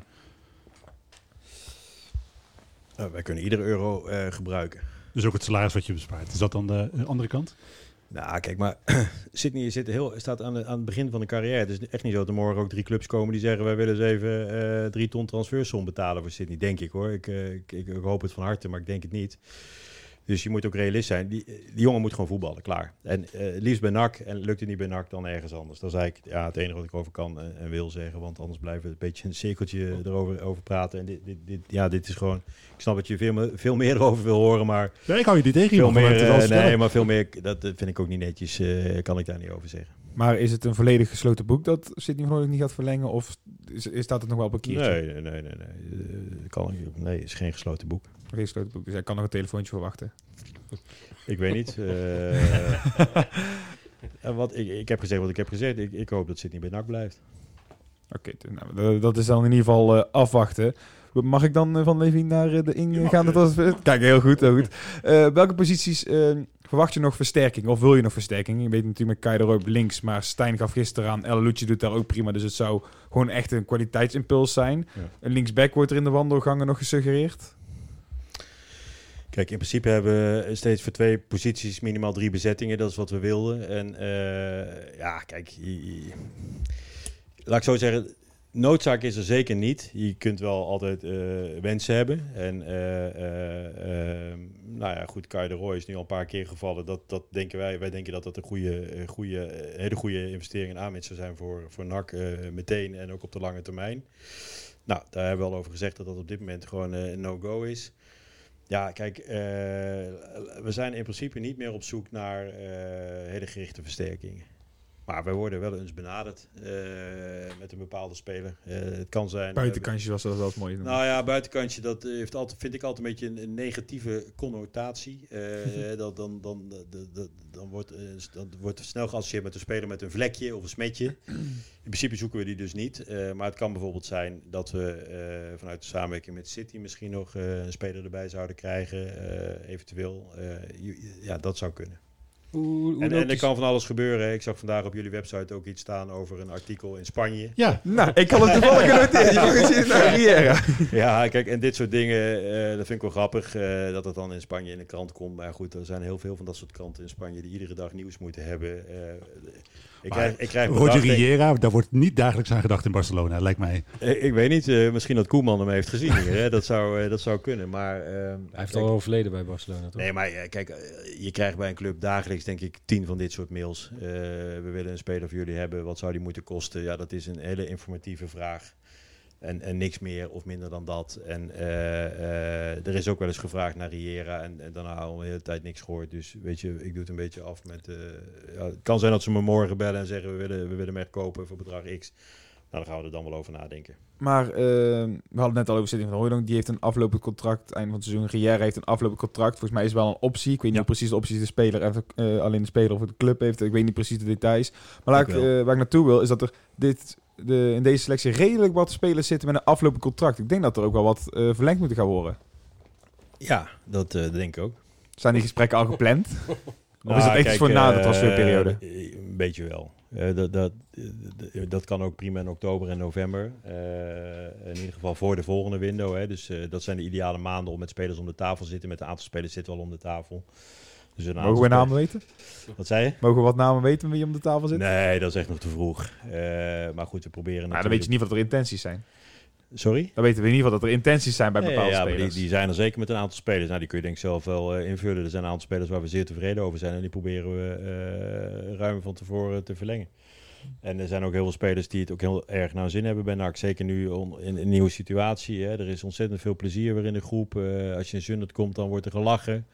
Wij kunnen iedere euro gebruiken. Dus ook het salaris wat je bespaart. Is dat dan de andere kant? Nou, kijk, maar Sydney staat aan het begin van de carrière. Het is echt niet zo dat er morgen ook 3 clubs komen die zeggen, wij willen eens even 3 ton transfersom betalen voor Sydney. Denk ik hoor. Ik hoop het van harte, maar ik denk het niet. Dus je moet ook realist zijn. Die jongen moet gewoon voetballen, klaar. En liefst bij NAC. En lukt het niet bij NAC, dan ergens anders. Dat is eigenlijk het enige wat ik over kan en wil zeggen. Want anders blijven we een beetje een cirkeltje erover praten. En dit is gewoon... Ik snap dat je veel meer erover wil horen, maar... Ja, ik hou je niet tegen. Veel meer, maar veel meer... Dat vind ik ook niet netjes. Kan ik daar niet over zeggen. Maar is het een volledig gesloten boek dat Sydney Groningen niet gaat verlengen? Of staat het nog wel op een keertje? Nee, het is geen gesloten boek. Geen gesloten boek, dus hij kan nog een telefoontje verwachten. Ik weet niet. Ik heb gezegd wat ik heb gezegd. Ik hoop dat Sydney bij NAC blijft. Oké, nou, dat is dan in ieder geval afwachten. Mag ik dan van Levin naar de ingaande... Kijk, heel goed. Welke posities verwacht je nog versterking? Of wil je nog versterking? Je weet natuurlijk met Kai de Roy op links, maar Stijn gaf gisteren aan. El Lucci doet daar ook prima, dus het zou gewoon echt een kwaliteitsimpuls zijn. Ja. Een linksback wordt er in de wandelgangen nog gesuggereerd. Kijk, in principe hebben we steeds voor 2 posities minimaal 3 bezettingen. Dat is wat we wilden. En kijk, laat ik zo zeggen... Noodzaak is er zeker niet. Je kunt wel altijd wensen hebben. En goed, Kai de Roy is nu al een paar keer gevallen. Dat denken wij. Wij denken dat dat een hele goede investering en aanwinst zou zijn voor NAC meteen en ook op de lange termijn. Nou, daar hebben we al over gezegd dat op dit moment gewoon een no-go is. Ja, kijk, we zijn in principe niet meer op zoek naar hele gerichte versterkingen. Maar wij worden wel eens benaderd met een bepaalde speler. Het kan zijn... Buitenkantje was dat wel eens mooi. Nou ja, buitenkantje, dat heeft vind ik altijd een beetje een negatieve connotatie. Dan wordt snel geassocieerd met een speler met een vlekje of een smetje. In principe zoeken we die dus niet. Maar het kan bijvoorbeeld zijn dat we vanuit de samenwerking met City misschien nog een speler erbij zouden krijgen. Eventueel. Dat zou kunnen. En er kan van alles gebeuren. Ik zag vandaag op jullie website ook iets staan over een artikel in Spanje. Ja, nou, ik kan het toevallig genoteerd. Je mag eens zien naar Riera. Ja, kijk, en dit soort dingen, dat vind ik wel grappig, dat het dan in Spanje in de krant komt. Maar goed, er zijn heel veel van dat soort kranten in Spanje die iedere dag nieuws moeten hebben. Ik krijg Roger Riera, daar wordt niet dagelijks aan gedacht in Barcelona, lijkt mij. Ik weet niet, misschien dat Koeman hem heeft gezien hier. Hè? Dat zou kunnen, maar... hij heeft al overleden bij Barcelona, toch? Nee, maar kijk, je krijgt bij een club dagelijks, denk ik, 10 van dit soort mails. We willen een speler voor jullie hebben, wat zou die moeten kosten? Ja, dat is een hele informatieve vraag. En niks meer of minder dan dat. En er is ook wel eens gevraagd naar Riera en daarna al een hele tijd niks gehoord. Dus weet je, ik doe het een beetje af met... het kan zijn dat ze me morgen bellen en zeggen we willen hem echt kopen voor bedrag X. Nou, dan gaan we er dan wel over nadenken. Maar we hadden het net al over Sydney van Hooijdonk. Die heeft een aflopend contract, einde van het seizoen. Riera heeft een aflopend contract. Volgens mij is het wel een optie. Ik weet niet precies de opties de speler en alleen de speler of de club heeft. Ik weet niet precies de details. Maar waar ik naartoe wil, is dat er in deze selectie redelijk wat spelers zitten met een aflopend contract. Ik denk dat er ook wel wat verlengd moeten gaan worden. Ja, dat denk ik ook. Zijn die gesprekken al gepland? Of is het echt iets voor na de transferperiode? Een beetje wel. Dat kan ook prima in oktober en november. In ieder geval voor de volgende window. Hè. Dus dat zijn de ideale maanden om met spelers om de tafel te zitten. Met een aantal spelers zitten al om de tafel. Dus Mogen we namen weten? Wat zei je? Mogen we wat namen weten wie om de tafel zit? Nee, dat is echt nog te vroeg. Maar goed, we proberen Nou, dan weet je niet wat er intenties zijn. Sorry? Dan weten we in ieder geval dat er intenties zijn bij bepaalde ja, spelers. maar die zijn er zeker met een aantal spelers. Nou, die kun je denk ik zelf wel invullen. Er zijn een aantal spelers waar we zeer tevreden over zijn. En die proberen we ruim van tevoren te verlengen. En er zijn ook heel veel spelers die het ook heel erg naar zin hebben bij NAC. Zeker nu in een nieuwe situatie. Hè. Er is ontzettend veel plezier weer in de groep. Als je in Zundert komt, dan wordt er gelachen.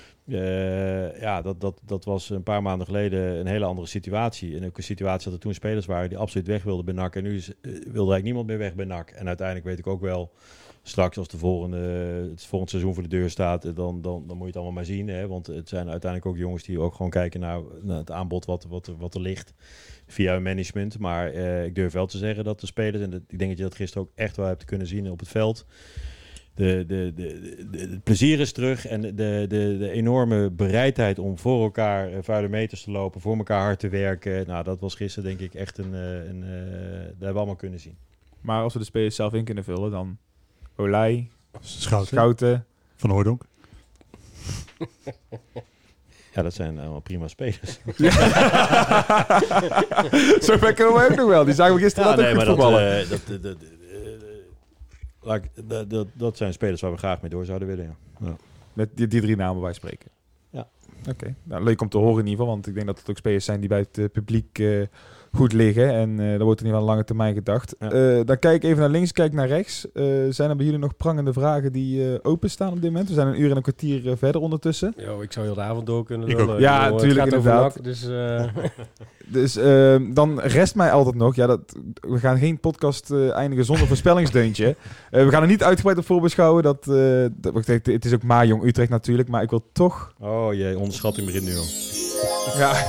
Dat was een paar maanden geleden een hele andere situatie. En ook een situatie dat er toen spelers waren die absoluut weg wilden bij NAC. En nu wilde eigenlijk niemand meer weg bij NAC. En uiteindelijk weet ik ook wel, straks als het volgende seizoen voor de deur staat, dan moet je het allemaal maar zien. Hè? Want het zijn uiteindelijk ook jongens die ook gewoon kijken naar het aanbod wat er ligt via hun management. Maar ik durf wel te zeggen dat de spelers, en ik denk dat je dat gisteren ook echt wel hebt kunnen zien op het veld, het plezier is terug en de enorme bereidheid om voor elkaar vuile meters te lopen, voor elkaar hard te werken. Nou, dat was gisteren denk ik echt dat hebben we allemaal kunnen zien. Maar als we de spelers zelf in kunnen vullen, dan Olij, Schouten, Van Hooijdonk. Ja, dat zijn allemaal prima spelers. Zo ver komen we ook nog wel. Die zagen we gisteren ook goed voetballen. Dat zijn spelers waar we graag mee door zouden willen, ja. Met die 3 namen wij spreken. Ja. Oké. Nou, leuk om te horen in ieder geval, want ik denk dat het ook spelers zijn die bij het publiek goed liggen. En daar wordt in ieder geval lange termijn gedacht. Ja. Dan kijk ik even naar links, kijk naar rechts. Zijn er bij jullie nog prangende vragen die openstaan op dit moment? We zijn een uur en een kwartier verder ondertussen. Yo, ik zou heel de avond door kunnen Ik lullen. ook. Ja, natuurlijk, het gaat over inderdaad. NAC, dus Dus dan rest mij altijd nog... we gaan geen podcast eindigen zonder voorspellingsdeuntje. We gaan er niet uitgebreid op voorbeschouwen. Het is ook maar Jong Utrecht natuurlijk. Maar ik wil toch... Oh jee, onderschatting begint nu al. Ja.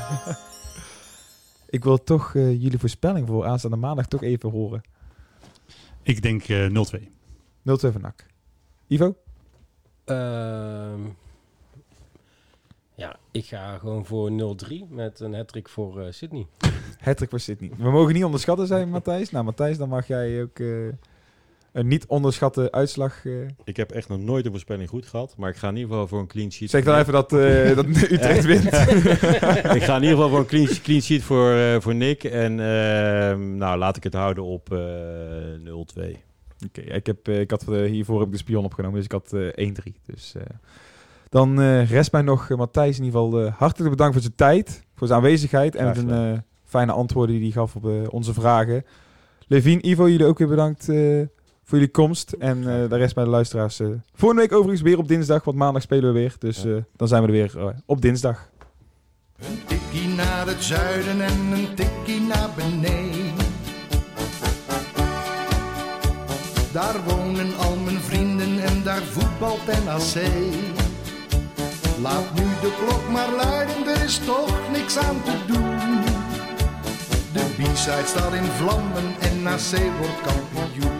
Ik wil toch jullie voorspelling voor aanstaande maandag toch even horen. 0-2 Ik denk 0-2. van NAC. Ivo? ja, ik ga gewoon voor 0-3 met een hattrick voor Sydney. Hattrick voor Sydney. We mogen niet onderschatten zijn, Matthijs. Nou, Matthijs, dan mag jij ook een niet onderschatte uitslag... Ik heb echt nog nooit een voorspelling goed gehad, maar ik ga in ieder geval voor een clean sheet. Zeg dan even dat Utrecht wint. Ik ga in ieder geval voor een clean sheet voor Nick. En laat ik het houden op 0-2. Oké, hiervoor heb ik de spion opgenomen, dus ik had 1-3. Dus dan rest mij nog Matthijs in ieder geval hartelijk bedankt voor zijn tijd, voor zijn aanwezigheid en zijn fijne antwoorden die hij gaf op onze vragen. Levine, Ivo, jullie ook weer bedankt voor jullie komst. En de rest bij de luisteraars. Volgende week overigens weer op dinsdag, want maandag spelen we weer. Dus dan zijn we er weer op dinsdag. Een tikkie naar het zuiden en een tikkie naar beneden. Daar wonen al mijn vrienden en daar voetbalt NAC. Laat nu de klok maar luiden, er is toch niks aan te doen. De B-side staat in vlammen en NAC wordt kampioen.